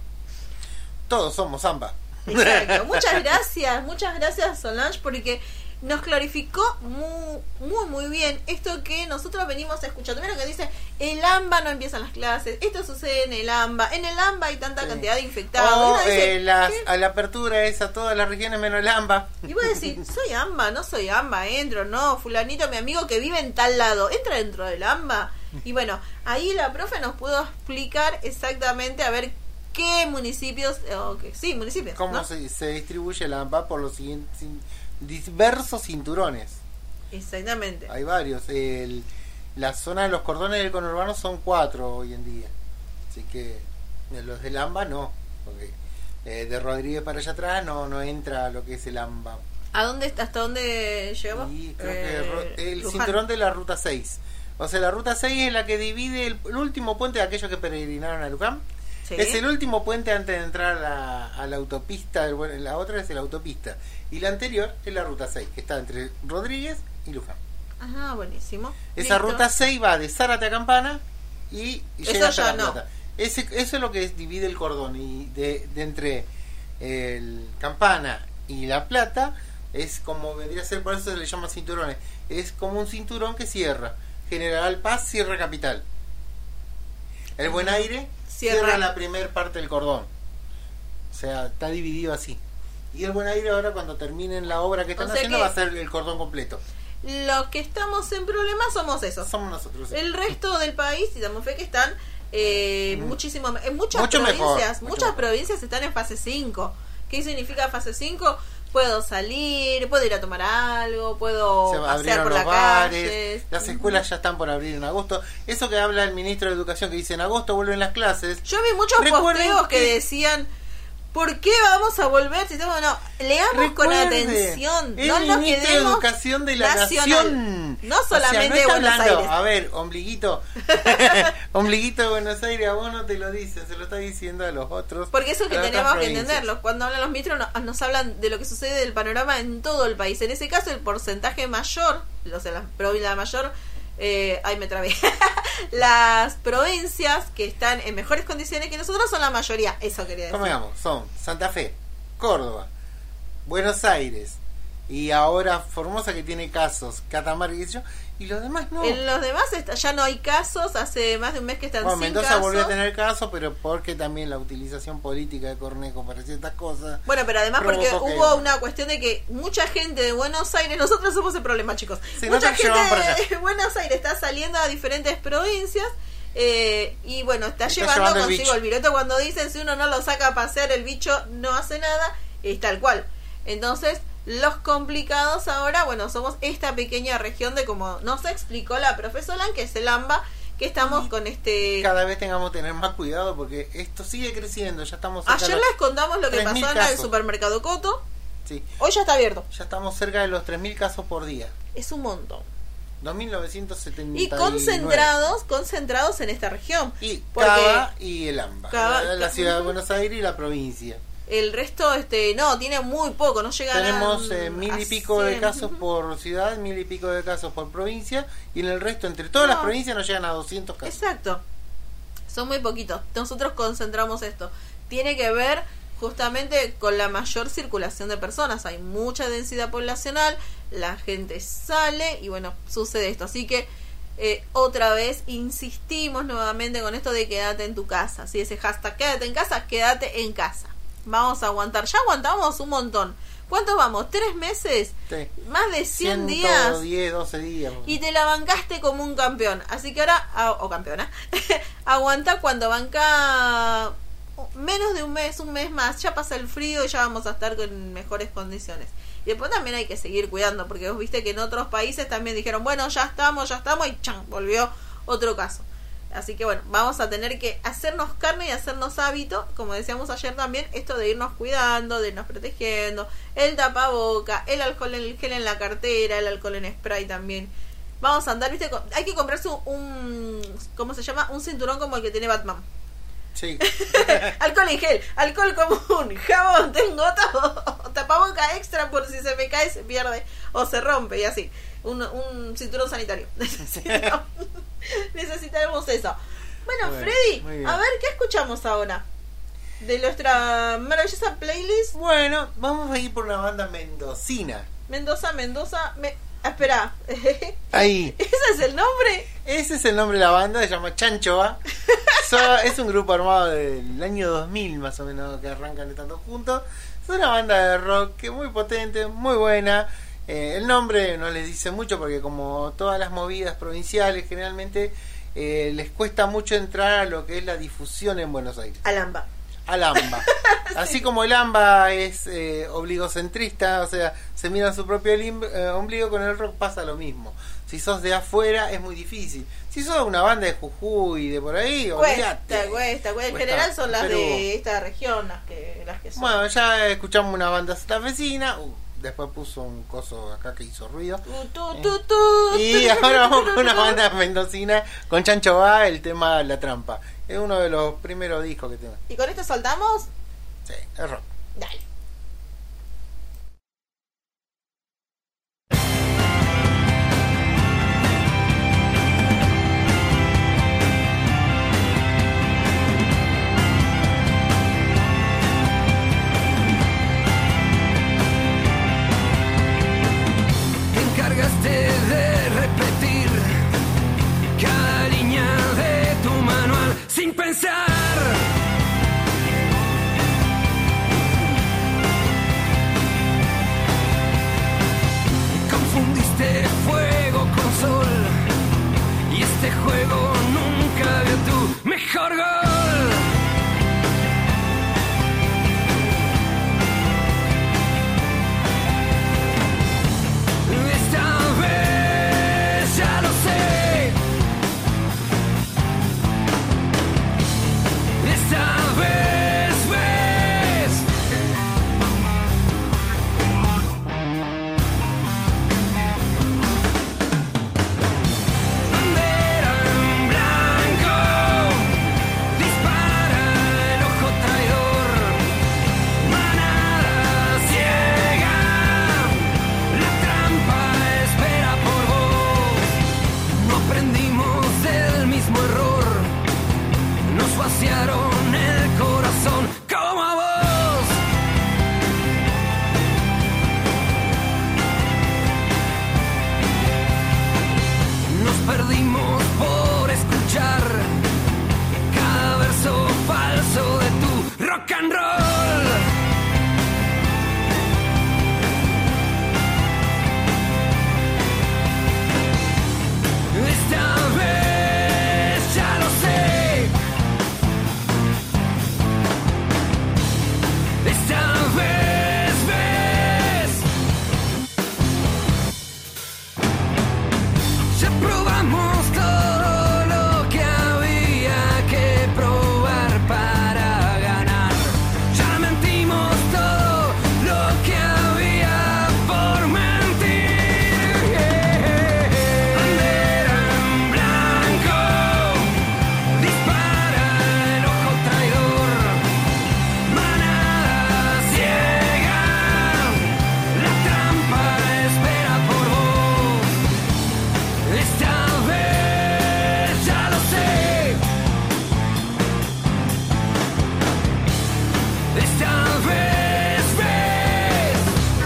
Todos somos AMBA. Exacto. Muchas gracias Solange, porque nos clarificó muy bien esto que nosotros venimos escuchando. Mira que dice, el AMBA no empiezan las clases, esto sucede en el AMBA hay tanta cantidad de infectados. A la apertura es a todas las regiones menos el AMBA. Y vos decís, soy AMBA, no soy AMBA, entro, no, fulanito, mi amigo que vive en tal lado, entra dentro del AMBA. Y bueno, ahí la profe nos pudo explicar exactamente, a ver qué municipios, municipios. ¿Cómo ¿no? se distribuye el AMBA por los diversos cinturones? Exactamente. Hay varios. La zona de los cordones del conurbano son 4 hoy en día. Así que los del AMBA no. Porque de Rodríguez para allá atrás no entra lo que es el AMBA. ¿Hasta dónde llegamos? Y creo que el Luján. cinturón de la Ruta 6. O sea, la Ruta 6 es la que divide el último puente de aquellos que peregrinaron a Luján. Sí. Es el último puente antes de entrar a la autopista. La otra es la autopista. Y la anterior es la Ruta 6, que está entre Rodríguez y Luján. Ajá, buenísimo. Esa Listo. Ruta 6 va de Zárate a Campana y llega Eso hasta ya La no. Plata. Eso es lo que divide el cordón. Y de entre el Campana y La Plata es como vendría a ser, por eso se le llama cinturones. Es como un cinturón que cierra. General Paz cierra Capital. El Buen Aire cierra la primer parte del cordón. O sea, está dividido así. Y el Buen Aire ahora, cuando terminen la obra que están haciendo, va a ser el cordón completo. Los que estamos en problemas somos esos. Somos nosotros. Sí. El resto del país, y damos fe que están muchísimo en muchas Mucho provincias. mejor, Muchas mucho provincias están en fase 5. ¿Qué significa fase 5? Puedo salir, puedo ir a tomar algo, puedo pasear por la calle. Las escuelas ya están por abrir en agosto. Eso que habla el ministro de Educación, que dice en agosto vuelven las clases. Yo vi muchos posteos que decían, ¿Por qué vamos a volver? Si estamos, no, leamos con atención. El No nos ministro de quedemos Educación de la nacional. Nación. No solamente no está Buenos hablando, Aires. A ver, ombliguito. Ombliguito de Buenos Aires, a vos no te lo dicen, se lo está diciendo a los otros. Porque eso es que a las tenemos otras que provincias. entenderlo. Cuando hablan los ministros nos hablan de lo que sucede del panorama en todo el país. En ese caso el porcentaje mayor, o sea, la provincia mayor, ay me trabé, las provincias que están en mejores condiciones que nosotros son la mayoría. Eso quería decir. ¿Cómo digamos? Son Santa Fe, Córdoba, Buenos Aires y ahora Formosa, que tiene casos, Catamarca y yo, y los demás no. En los demás ya no hay casos, hace más de un mes que están Bueno, sin Mendoza casos. volvió a tener casos, pero porque también la utilización política de Cornejo para ciertas cosas. Bueno, pero además porque provocó que- hubo una cuestión de que mucha gente de Buenos Aires, nosotros somos el problema, chicos. Sí, Mucha nosotros llevamos para gente allá. de Buenos Aires está saliendo a diferentes provincias y bueno, está llevando llevando el consigo bicho. el viroto. Cuando dicen si uno no lo saca a pasear, el bicho no hace nada, es tal cual. Entonces, los complicados ahora, bueno, somos esta pequeña región de, como nos explicó la profesora, que es el AMBA, que estamos con este... Cada vez tengamos que tener más cuidado porque esto sigue creciendo, ya estamos cerca Ayer de los- les contamos lo que 3.000 pasó en el casos. supermercado Coto. Sí, Hoy ya está abierto. ya estamos cerca de los 3.000 casos por día. Es un montón. 2.979. Y concentrados en esta región. Y Porque Cava y el AMBA. Cava- la ciudad de Buenos Aires y la provincia. el resto, no, tiene muy poco, no llega Tenemos a 1.000 y pico de 100. casos por ciudad, 1.000 y pico de casos por provincia, y en el resto, entre todas las provincias, nos llegan a 200 casos. Exacto. Son muy poquitos. Nosotros concentramos esto. Tiene que ver justamente con la mayor circulación de personas. Hay mucha densidad poblacional, la gente sale y bueno, sucede esto. Así que otra vez insistimos nuevamente con esto de quédate en tu casa. Si ese hashtag quédate en casa. Vamos a aguantar. Ya aguantamos un montón. ¿Cuántos vamos? ¿3 meses? Sí. Más de 100 días. 110, 12 días. Y te la bancaste como un campeón. Así que ahora, o campeona, aguanta cuando banca menos de un mes más. Ya pasa el frío y ya vamos a estar con mejores condiciones. Y después también hay que seguir cuidando, porque vos viste que en otros países también dijeron, bueno, ya estamos, y ¡chan! Volvió otro caso. Así que bueno, vamos a tener que hacernos carne y hacernos hábito, como decíamos ayer también, esto de irnos cuidando, de irnos protegiendo, el tapaboca, el alcohol en el gel en la cartera, el alcohol en spray también. Vamos a andar, viste, hay que comprarse un ¿cómo se llama? Un cinturón como el que tiene Batman. Sí. Alcohol en gel, alcohol común, jabón, tengo todo, tapaboca extra por si se me cae, se pierde o se rompe y así. Un cinturón sanitario. Necesitamos eso. Bueno, Muy Freddy, bien. a ver, ¿qué escuchamos ahora? De nuestra maravillosa playlist. Bueno, vamos a ir por una banda mendocina. Mendoza. Espera. Ahí. ¿Ese es el nombre? Ese es el nombre de la banda, se llama Chanchoa. Es un grupo armado del año 2000 más o menos, que arrancan estando juntos. Es una banda de rock que muy potente, muy buena. El nombre no les dice mucho porque como todas las movidas provinciales generalmente les cuesta mucho entrar a lo que es la difusión en Buenos Aires. Alamba. Al AMBA. Así como el AMBA es obligocentrista, o sea, se mira su propio ombligo, con el rock pasa lo mismo. Si sos de afuera es muy difícil. Si sos una banda de Jujuy, de por ahí, olvídate. Cuesta. En Cuesta. general son las Pero- de esta región las que son. Bueno, ya escuchamos una banda santafesina. Después puso un coso acá que hizo ruido. Y ahora vamos con una banda mendocina con Chancho Va, el tema La Trampa. Es uno de los primeros discos que tengo. ¿Y con esto saltamos? Sí, es rock. Dale. Te encargaste de repetir cada línea de tu manual sin pensar. Confundiste fuego con sol y este juego nunca vio tu mejor gol. Esta vez ya lo sé. aprendimos del mismo error. Nos vaciaron el corazón como a vos. Nos perdimos por escuchar cada verso falso de tu rock and roll. Esta vez ya lo sé. Esta vez ves. Ya probamos todo lo que había que probar para ganar. Ya mentimos todo lo que había por mentir. Bandera en blanco, dispara el ojo traidor. Manada ciega, la trampa espera por vos. Esta vez ya lo sé. Esta vez ves.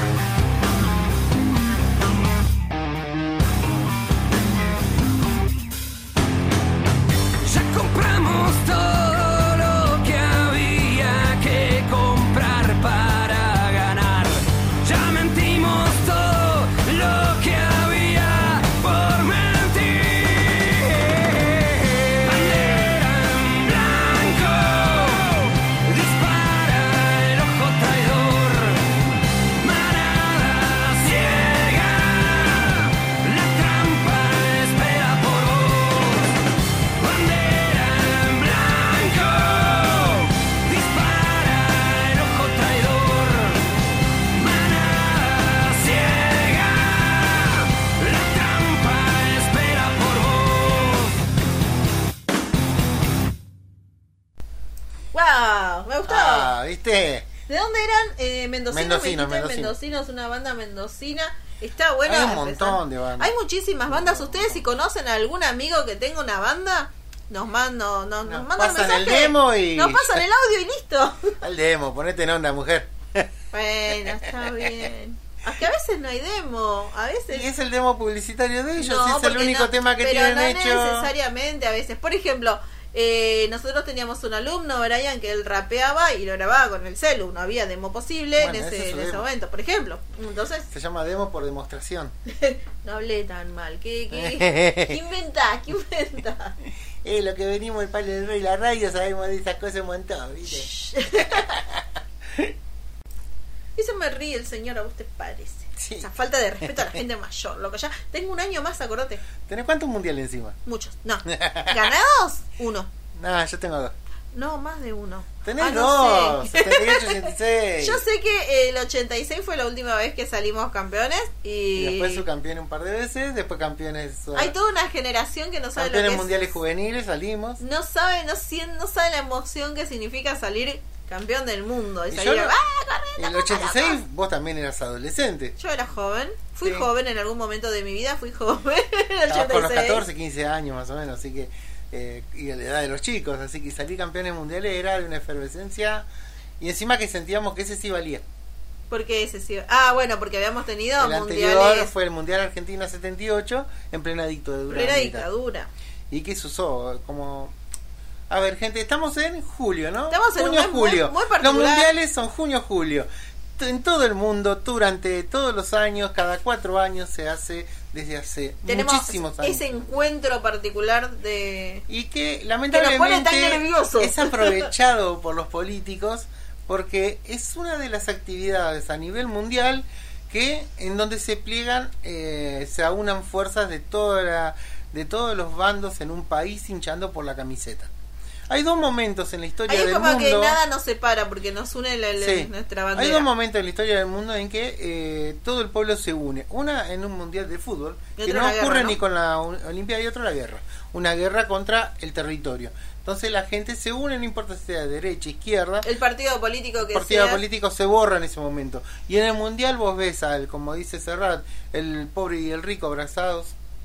Ya compramos todo lo que había que comprar para ganar. Ya mentimos todo lo que había por mentir. Bandera en blanco, dispara el ojo traidor. Manada ciega, la trampa espera por vos. Bandera en blanco, dispara el ojo traidor. Manada ciega, la trampa espera por vos. ¡Wow! Me gustó. ¿Viste? ¿De dónde eran? Mendocinos. Mendocinos, me dijiste, Mendocinos, una banda mendocina. Está buena. Hay un montón de bandas. Hay muchísimas bandas. ¿Ustedes si conocen a algún amigo que tenga una banda? Nos mandan un pasan mensaje. el demo y- Nos pasan el audio y listo. Al demo, ponete en onda, mujer. Bueno, está bien. Es que a veces no hay demo. A veces... Y es el demo publicitario de ellos, No, es el porque único no, tema que pero tienen no hecho. necesariamente a veces. Por ejemplo, nosotros teníamos un alumno, Brian, que él rapeaba y lo grababa con el celu. No había demo posible Bueno, ese es en su ese demo. momento, por ejemplo. Entonces, Se llama demo por demostración. no hablé tan mal. ¿Qué inventás? ¿Qué inventás? Lo que venimos el Palo del Rey y la radio sabemos de esas cosas un montón, ¿viste? Y se me ríe el señor, ¿a usted parece? Sí. Esa falta de respeto a la gente mayor. Lo que ya tengo un año más, acordate. ¿Tenés cuántos mundiales encima? Muchos. No. ¿Ganados? Uno. No, yo tengo dos. No, más de uno. Tenés no dos, sé. 78, 86. Yo sé que el 86 fue la última vez que salimos campeones Y y después subcampeón un par de veces, después campeones. hay toda una generación que no sabe lo que campeones es. mundiales juveniles, salimos. No sabe la emoción que significa salir campeón del mundo. Y Y salir, yo no- corre, En el 86 vos también eras adolescente. Yo era joven, fui Sí. joven en algún momento de mi vida, fui joven en el Estabas con los 86. 14, 15 años más o menos, así que y a la edad de los chicos, así que salir campeones mundiales era de una efervescencia y encima que sentíamos que ese sí valía. Porque ese sí. Ah, bueno, porque habíamos tenido El anterior mundiales fue el Mundial Argentina 78 en plena dictadura. plena militar. dictadura. Y que se usó como... A ver, gente, estamos en julio, ¿no? Estamos en un junio, mes muy- julio. muy Los particular. mundiales son junio, julio. En todo el mundo, durante todos los años, cada 4 años se hace desde hace Tenemos muchísimos años. ese encuentro particular de Y que Que nos pone tan lamentablemente nerviosos. es aprovechado por los políticos porque es una de las actividades a nivel mundial que en donde se pliegan, se aunan fuerzas de de todos los bandos en un país hinchando por la camiseta. Hay dos momentos en la historia ahí es del como mundo. que nada nos separa porque nos une Sí. nuestra bandera. Hay dos momentos en la historia del mundo en que todo el pueblo se une. Una en un mundial de fútbol, Y que otra no la guerra, ocurre ¿no? ni con la Olimpiada, y otra la guerra. Una guerra contra el territorio. Entonces la gente se une, no importa si sea de derecha, izquierda. El partido político que El partido sea. político se borra en ese momento. Y en el mundial vos ves al, como dice Serrat, el pobre y el rico abrazados.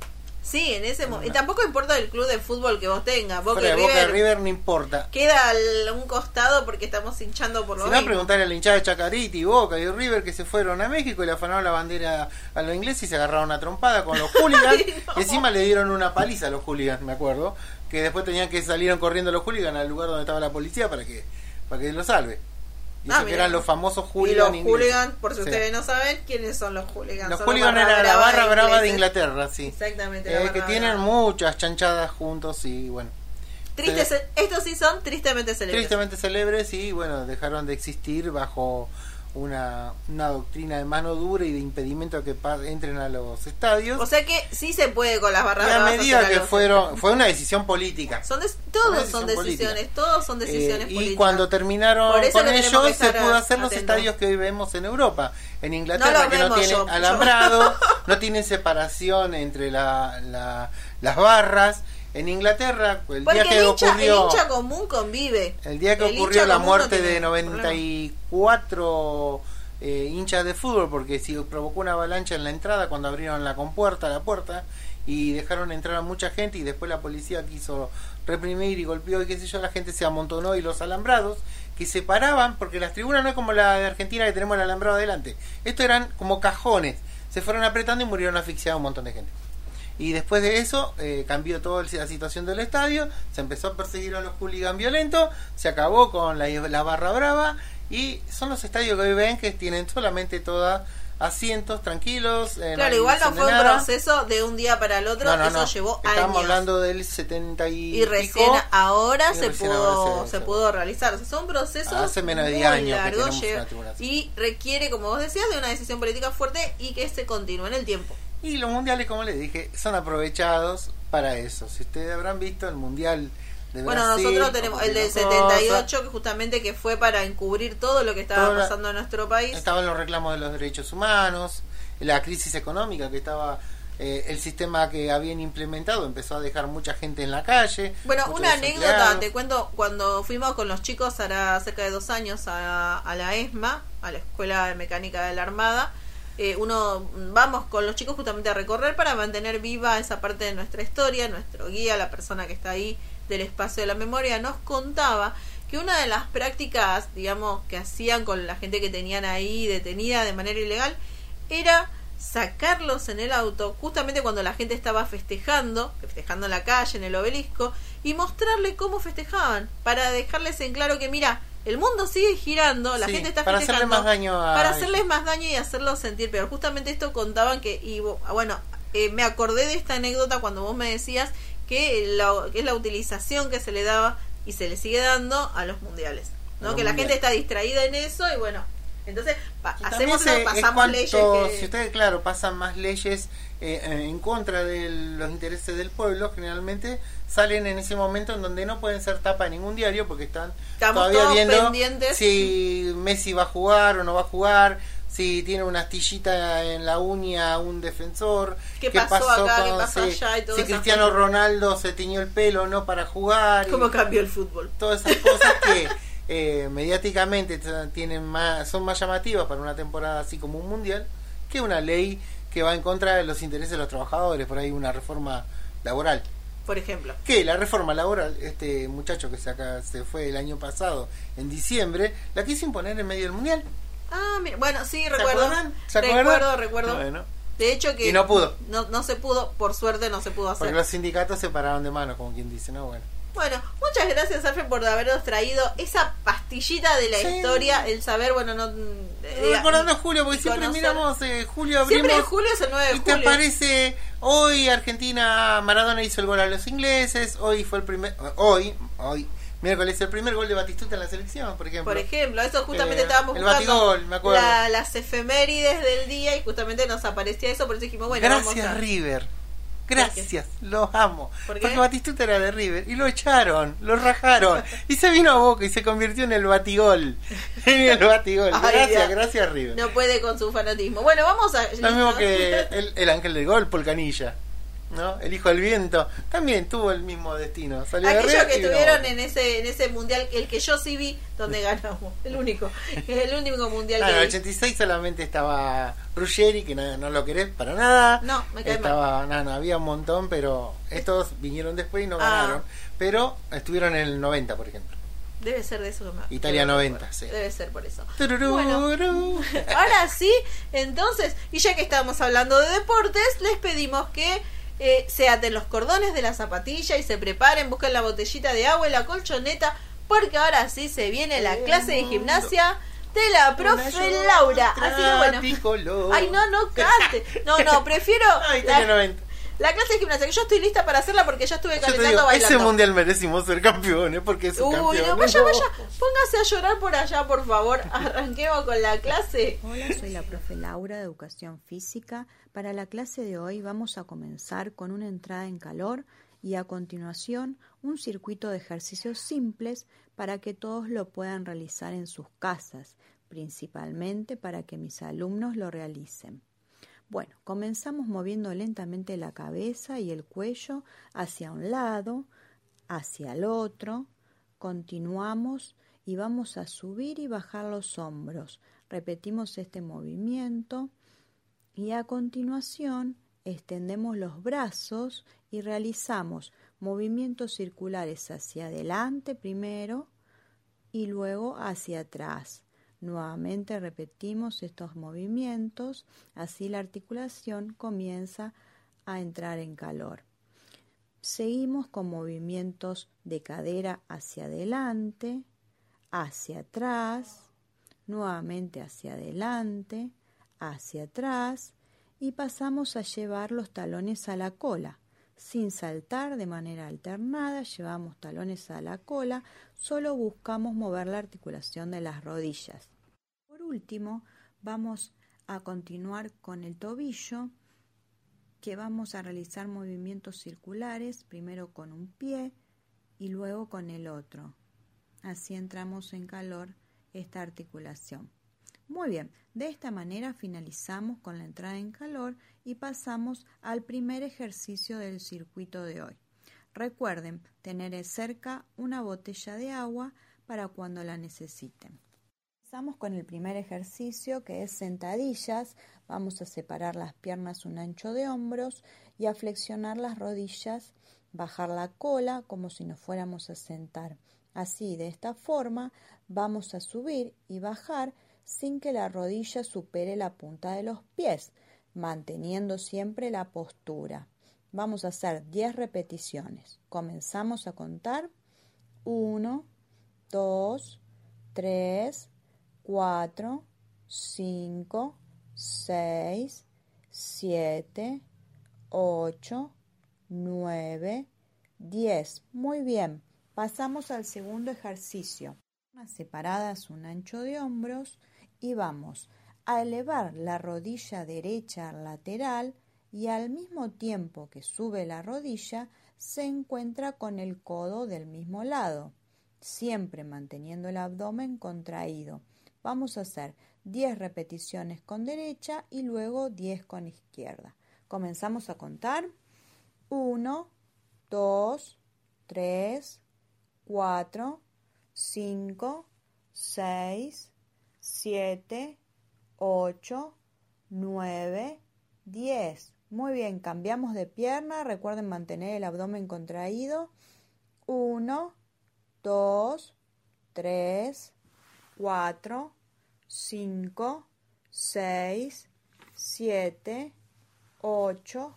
Sí, en ese momento. Y tampoco importa el club de fútbol que vos tengas. Boca y River no importa. Queda a un costado porque estamos hinchando por lo mismo. Si no, preguntarle a la hinchada de Chacarita, Boca y River que se fueron a México y le afanaron la bandera a los ingleses y se agarraron a trompada con los hooligans. Y encima le dieron una paliza a los hooligans, me acuerdo. Que después tenían que salir corriendo los hooligans al lugar donde estaba la policía para que lo salve. Y eso que eran los famosos hooligans. Y los hooligans, por si ustedes no saben, ¿quiénes son los hooligans? Los hooligans eran la barra brava de Inglaterra, sí. Exactamente. Que tienen muchas chanchadas juntos y bueno. Estos sí son tristemente célebres. Tristemente célebres y bueno, dejaron de existir bajo una doctrina de mano dura y de impedimento a que entren a los estadios. O sea que sí se puede con las barras bravas. A medida que fue una decisión política. Todos son decisiones políticas. Y cuando terminaron con ellos se pudo hacer los estadios que hoy vemos en Europa. En Inglaterra, que no tienen alambrado, no tienen separación entre las barras. En Inglaterra, el hincha común convive. El día que ocurrió la muerte de 94 hinchas de fútbol, porque si provocó una avalancha en la entrada cuando abrieron la puerta, y dejaron entrar a mucha gente, y después la policía quiso reprimir y golpeó y qué sé yo, la gente se amontonó, y los alambrados que separaban, porque las tribunas no es como la de Argentina que tenemos el alambrado adelante, esto eran como cajones, se fueron apretando y murieron asfixiados un montón de gente. Y después de eso cambió toda la situación del estadio, se empezó a perseguir a los hooligans violentos, se acabó con la barra brava, y son los estadios que hoy ven que tienen solamente todas asientos tranquilos. Claro, igual no fue un proceso de un día para el otro, eso llevó años. Estamos hablando del 70 y recién ahora se pudo realizar. O sea, son procesos hace menos de 10 años largos y requiere, como vos decías, de una decisión política fuerte y que se continúe en el tiempo. Y los mundiales, como les dije, son aprovechados para eso. Si ustedes habrán visto el mundial de Brasil, nosotros tenemos el del 78, que justamente que fue para encubrir todo lo que estaba pasando en nuestro país. Estaban los reclamos de los derechos humanos, la crisis económica que estaba, el sistema que habían implementado empezó a dejar mucha gente en la calle. Bueno, una anécdota, te cuento, cuando fuimos con los chicos, hará cerca de 2 años, a la ESMA, a la Escuela de Mecánica de la Armada, vamos con los chicos justamente a recorrer para mantener viva esa parte de nuestra historia. Nuestro guía, la persona que está ahí del espacio de la memoria, nos contaba que una de las prácticas, digamos, que hacían con la gente que tenían ahí detenida de manera ilegal era sacarlos en el auto justamente cuando la gente estaba festejando en la calle, en el obelisco, y mostrarle cómo festejaban, para dejarles en claro que mira, el mundo sigue girando, la gente está festejando para hacerles más daño y hacerlos sentir peor. Justamente esto contaban me acordé de esta anécdota cuando vos me decías que es la utilización que se le daba y se le sigue dando a los mundiales, ¿no? Que la gente está distraída en eso y bueno, entonces pasamos leyes si ustedes, pasan más leyes en contra de los intereses del pueblo, generalmente salen en ese momento en donde no pueden ser tapa en ningún diario porque estamos todavía viendo pendientes si Messi va a jugar o no va a jugar, si tiene una astillita en la uña un defensor, qué pasó acá, qué pasó allá y todo. Si Cristiano Ronaldo se tiñó el pelo o no para jugar, cómo cambió el fútbol, todas esas cosas que mediáticamente son más llamativas para una temporada así como un mundial que una ley que va en contra de los intereses de los trabajadores, por ahí una reforma laboral. Por ejemplo, que la reforma laboral, este muchacho que se fue el año pasado en diciembre, la quiso imponer en medio del mundial. Mira, bueno, sí, recuerdo. ¿Se acuerdan? Recuerdo. Bueno. De hecho que y no pudo. No se pudo, por suerte no se pudo hacer. Porque los sindicatos se pararon de mano, como quien dice, ¿no? Bueno, muchas gracias, Alfred, por habernos traído esa pastillita de la historia, el saber, recordando a Julio, porque siempre miramos Julio, abrimos. Siempre Julio es el 9 de julio. ¿Te parece? Hoy Maradona hizo el gol a los ingleses, hoy fue el primer. Hoy, miércoles, el primer gol de Batistuta en la selección, por ejemplo. Eso justamente estábamos buscando. El batigol, me acuerdo. Las efemérides del día y justamente nos aparecía eso, por eso dijimos, gracias, River. Gracias, los amo. Porque Batistuta era de River y lo echaron, lo rajaron y se vino a Boca y se convirtió en el batigol. Gracias, River. No puede con su fanatismo. Bueno, vamos a. Lo mismo que el ángel del gol, Polcanilla. ¿no? El hijo del viento también tuvo el mismo destino. Salió de Aquellos River que y estuvieron no. en ese mundial, el que yo sí vi, donde ganamos, el único mundial En que el vi. 86 solamente estaba Ruggeri, que no lo querés para nada. No, me cae estaba, no, había un montón, pero estos vinieron después y no ganaron. Pero estuvieron en el 90, por ejemplo. Debe ser de eso que me Italia que me 90, recuerdo. sí. Debe ser por eso. Tururú, Bueno, ahora sí, entonces, y ya que estamos hablando de deportes, les pedimos que se aten los cordones de la zapatilla y se preparen, busquen la botellita de agua y la colchoneta, porque ahora sí se viene la clase de gimnasia de la profe Laura. Así que bueno. Tricolor. Ay, no cante. No, prefiero Ay, Italia 90. la clase de gimnasia, que yo estoy lista para hacerla porque ya estuve Yo te calentando digo, bailando. ese mundial merecimos ser campeones, porque es un Uy, campeón. no, vaya, póngase a llorar por allá, por favor. Arranquemos con la clase. Hola, soy la profe Laura de Educación Física. Para la clase de hoy vamos a comenzar con una entrada en calor y a continuación un circuito de ejercicios simples para que todos lo puedan realizar en sus casas, principalmente para que mis alumnos lo realicen. Bueno, comenzamos moviendo lentamente la cabeza y el cuello hacia un lado, hacia el otro. Continuamos y vamos a subir y bajar los hombros. Repetimos este movimiento y a continuación extendemos los brazos y realizamos movimientos circulares hacia adelante primero y luego hacia atrás. Nuevamente repetimos estos movimientos, así la articulación comienza a entrar en calor. Seguimos con movimientos de cadera hacia adelante, hacia atrás, nuevamente hacia adelante, hacia atrás y pasamos a llevar los talones a la cola. Sin saltar de manera alternada, llevamos talones a la cola, solo buscamos mover la articulación de las rodillas. Por último, vamos a continuar con el tobillo, que vamos a realizar movimientos circulares, primero con un pie y luego con el otro. Así entramos en calor esta articulación. Muy bien, de esta manera finalizamos con la entrada en calor y pasamos al primer ejercicio del circuito de hoy. Recuerden tener cerca una botella de agua para cuando la necesiten. Empezamos con el primer ejercicio, que es sentadillas. Vamos a separar las piernas un ancho de hombros y a flexionar las rodillas, bajar la cola como si nos fuéramos a sentar. Así, de esta forma, vamos a subir y bajar sin que la rodilla supere la punta de los pies, manteniendo siempre la postura. Vamos a hacer 10 repeticiones. Comenzamos a contar. 1, 2, 3, 4, 5, 6, 7, 8, 9, 10. Muy bien. Pasamos al segundo ejercicio. Separadas un ancho de hombros y vamos a elevar la rodilla derecha al lateral y al mismo tiempo que sube la rodilla se encuentra con el codo del mismo lado, siempre manteniendo el abdomen contraído. Vamos a hacer 10 repeticiones con derecha y luego 10 con izquierda. Comenzamos a contar. 1, 2, 3, 4, 5, 6, 7, 8, 9, 10. Muy bien, cambiamos de pierna. Recuerden mantener el abdomen contraído. 1, 2, 3, 4, 5, 6, 7, 8,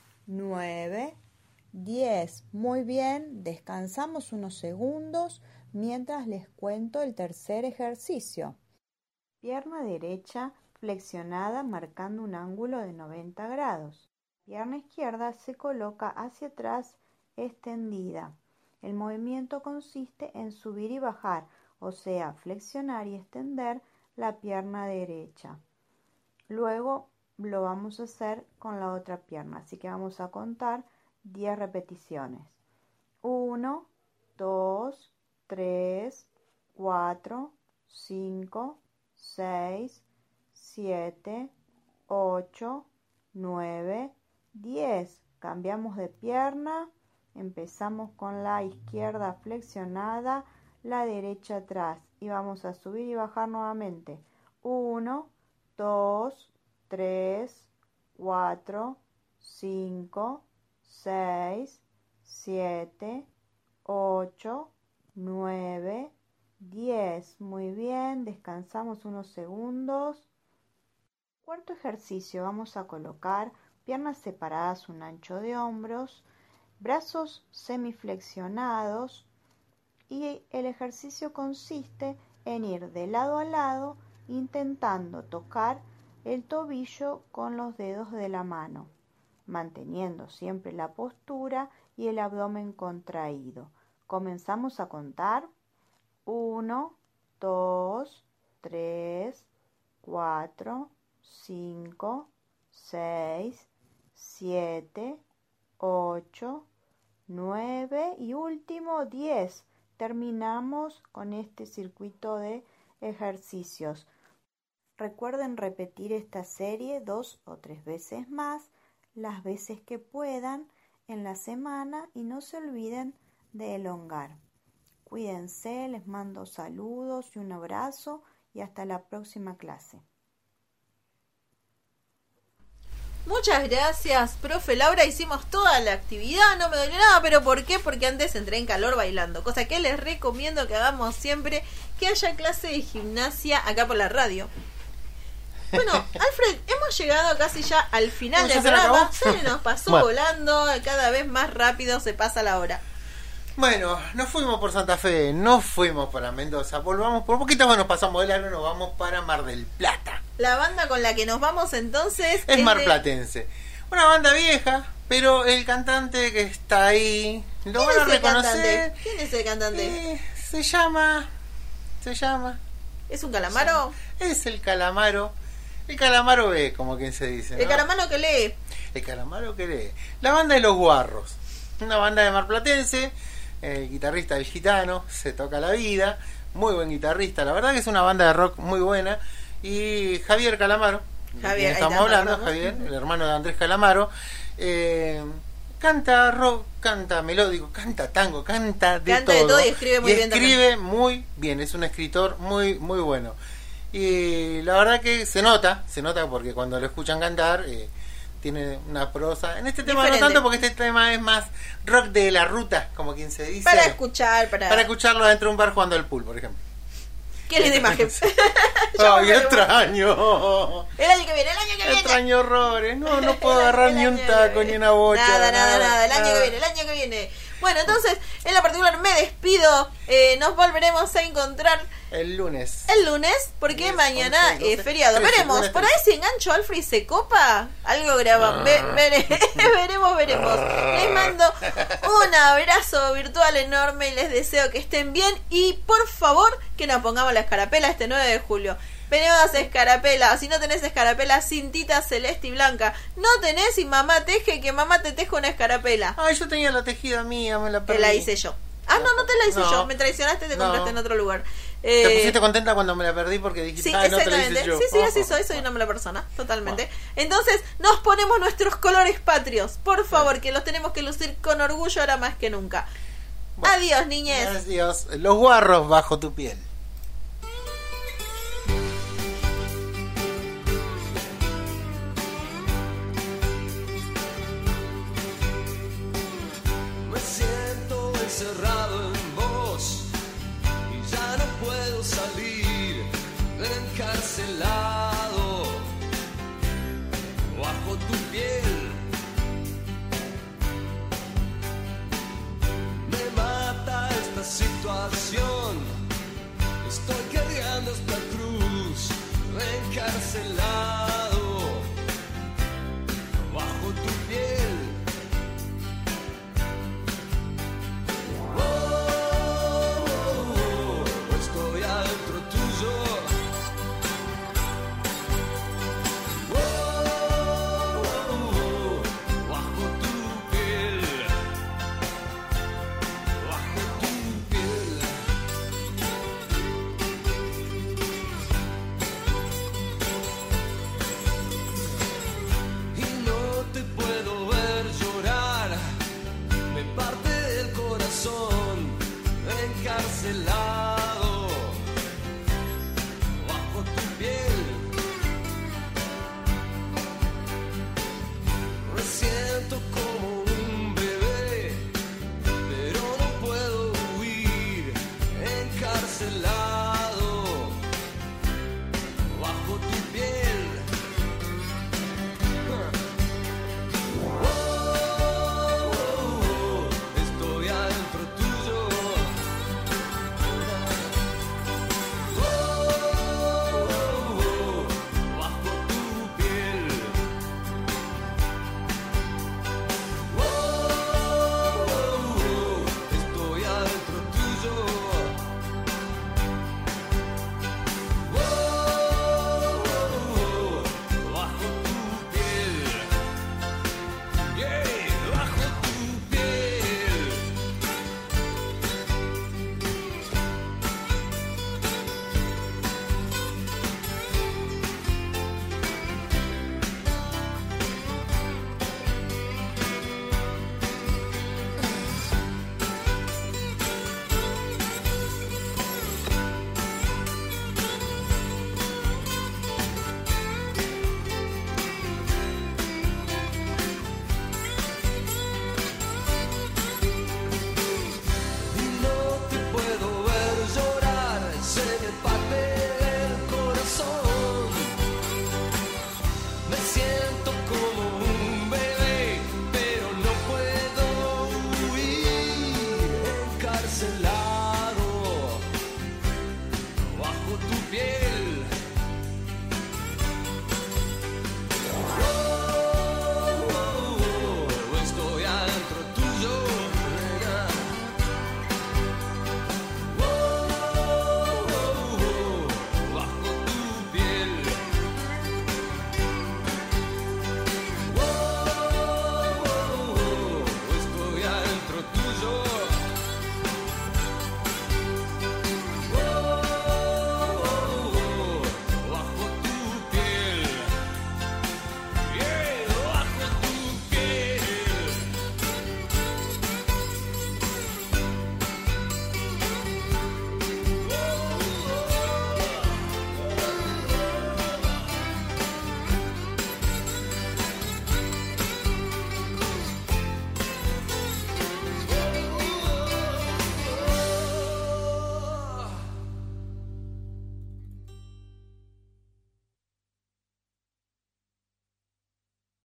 9, 10. Muy bien, descansamos unos segundos mientras les cuento el tercer ejercicio. Pierna derecha flexionada marcando un ángulo de 90 grados. Pierna izquierda se coloca hacia atrás extendida. El movimiento consiste en subir y bajar, o sea, flexionar y extender la pierna derecha. Luego lo vamos a hacer con la otra pierna, así que vamos a contar 10 repeticiones. 1, 2, 3, 4, 5, 6, 7, 8, 9, 10. Cambiamos de pierna, empezamos con la izquierda flexionada, la derecha atrás y vamos a subir y bajar nuevamente. 1, 2, 3, 4, 5, 6, 7, 8, 9, 10. Muy bien, descansamos unos segundos. Cuarto ejercicio, vamos a colocar piernas separadas un ancho de hombros, brazos semiflexionados y el ejercicio consiste en ir de lado a lado intentando tocar el tobillo con los dedos de la mano, manteniendo siempre la postura y el abdomen contraído. Comenzamos a contar. 1, 2, 3, 4, 5, 6, 7, 8, 9 y último 10. Terminamos con este circuito de ejercicios. Recuerden repetir esta serie 2 o 3 veces más, las veces que puedan en la semana y no se olviden de elongar. Cuídense, les mando saludos y un abrazo y hasta la próxima clase. Muchas gracias, profe Laura. Hicimos toda la actividad, no me dolió nada, pero ¿por qué? Porque antes entré en calor bailando, cosa que les recomiendo que hagamos siempre que haya clase de gimnasia acá por la radio. Bueno, Alfred, hemos llegado casi ya al final del programa. Se nos pasó volando, cada vez más rápido se pasa la hora. Bueno, nos fuimos por Santa Fe, nos fuimos para Mendoza, volvamos por poquito, nos pasamos de largo y nos vamos para Mar del Plata. La banda con la que nos vamos entonces es marplatense. Una banda vieja, pero el cantante que está ahí lo van a reconocer. ¿Quién es el cantante? Se llama. ¿Es un calamaro? Es el Calamaro. El Calamaro B, como quien se dice, ¿no? El Calamaro que lee. El Calamaro que lee. La banda de Los Guarros. Una banda de marplatense. El guitarrista del Gitano, se toca la vida, muy buen guitarrista, la verdad que es una banda de rock muy buena. Y Javier Calamaro, Javier, estamos hablando, Javier, el hermano de Andrés Calamaro, canta rock, canta melódico, canta tango, canta de todo y escribe muy bien. Escribe muy bien, es un escritor muy muy bueno. Y la verdad que se nota porque cuando lo escuchan cantar tiene una prosa. En este tema diferente. No tanto, porque este tema es más rock de la ruta, como quien se dice. Para escucharlo dentro de un bar jugando al pool, por ejemplo. Qué linda imagen. Ay, extraño. El año que viene. Extraño horrores. No puedo agarrar ni un taco, ni una bocha. Nada. El año que viene. Bueno, entonces, en la particular me despido. Nos volveremos a encontrar el lunes, porque mañana es feriado. Veremos, por ahí si engancho Alfred y se copa, algo grabamos. Veremos. Les mando un abrazo virtual enorme y les deseo que estén bien. Y por favor, que nos pongamos la escarapela este 9 de julio. Tenemos escarapela, si no tenés escarapela, cintita celeste y blanca. No tenés y mamá teje, que mamá te teje una escarapela. Ay, yo tenía la tejida mía, me la perdí. Te la hice yo. No te la hice yo, me traicionaste y te compraste en otro lugar. ¿Te pusiste contenta cuando me la perdí porque dijiste, sí, no te la hice yo? Sí, así soy una mala persona, totalmente. Entonces, nos ponemos nuestros colores patrios, por favor, que los tenemos que lucir con orgullo ahora más que nunca. Bueno, adiós, niñez. Adiós, Los Guarros bajo tu piel. Encerrado en vos y ya no puedo salir, encarcelado bajo tu piel. Me mata esta situación, estoy cargando esta cruz, encarcelado bajo tu piel. hace la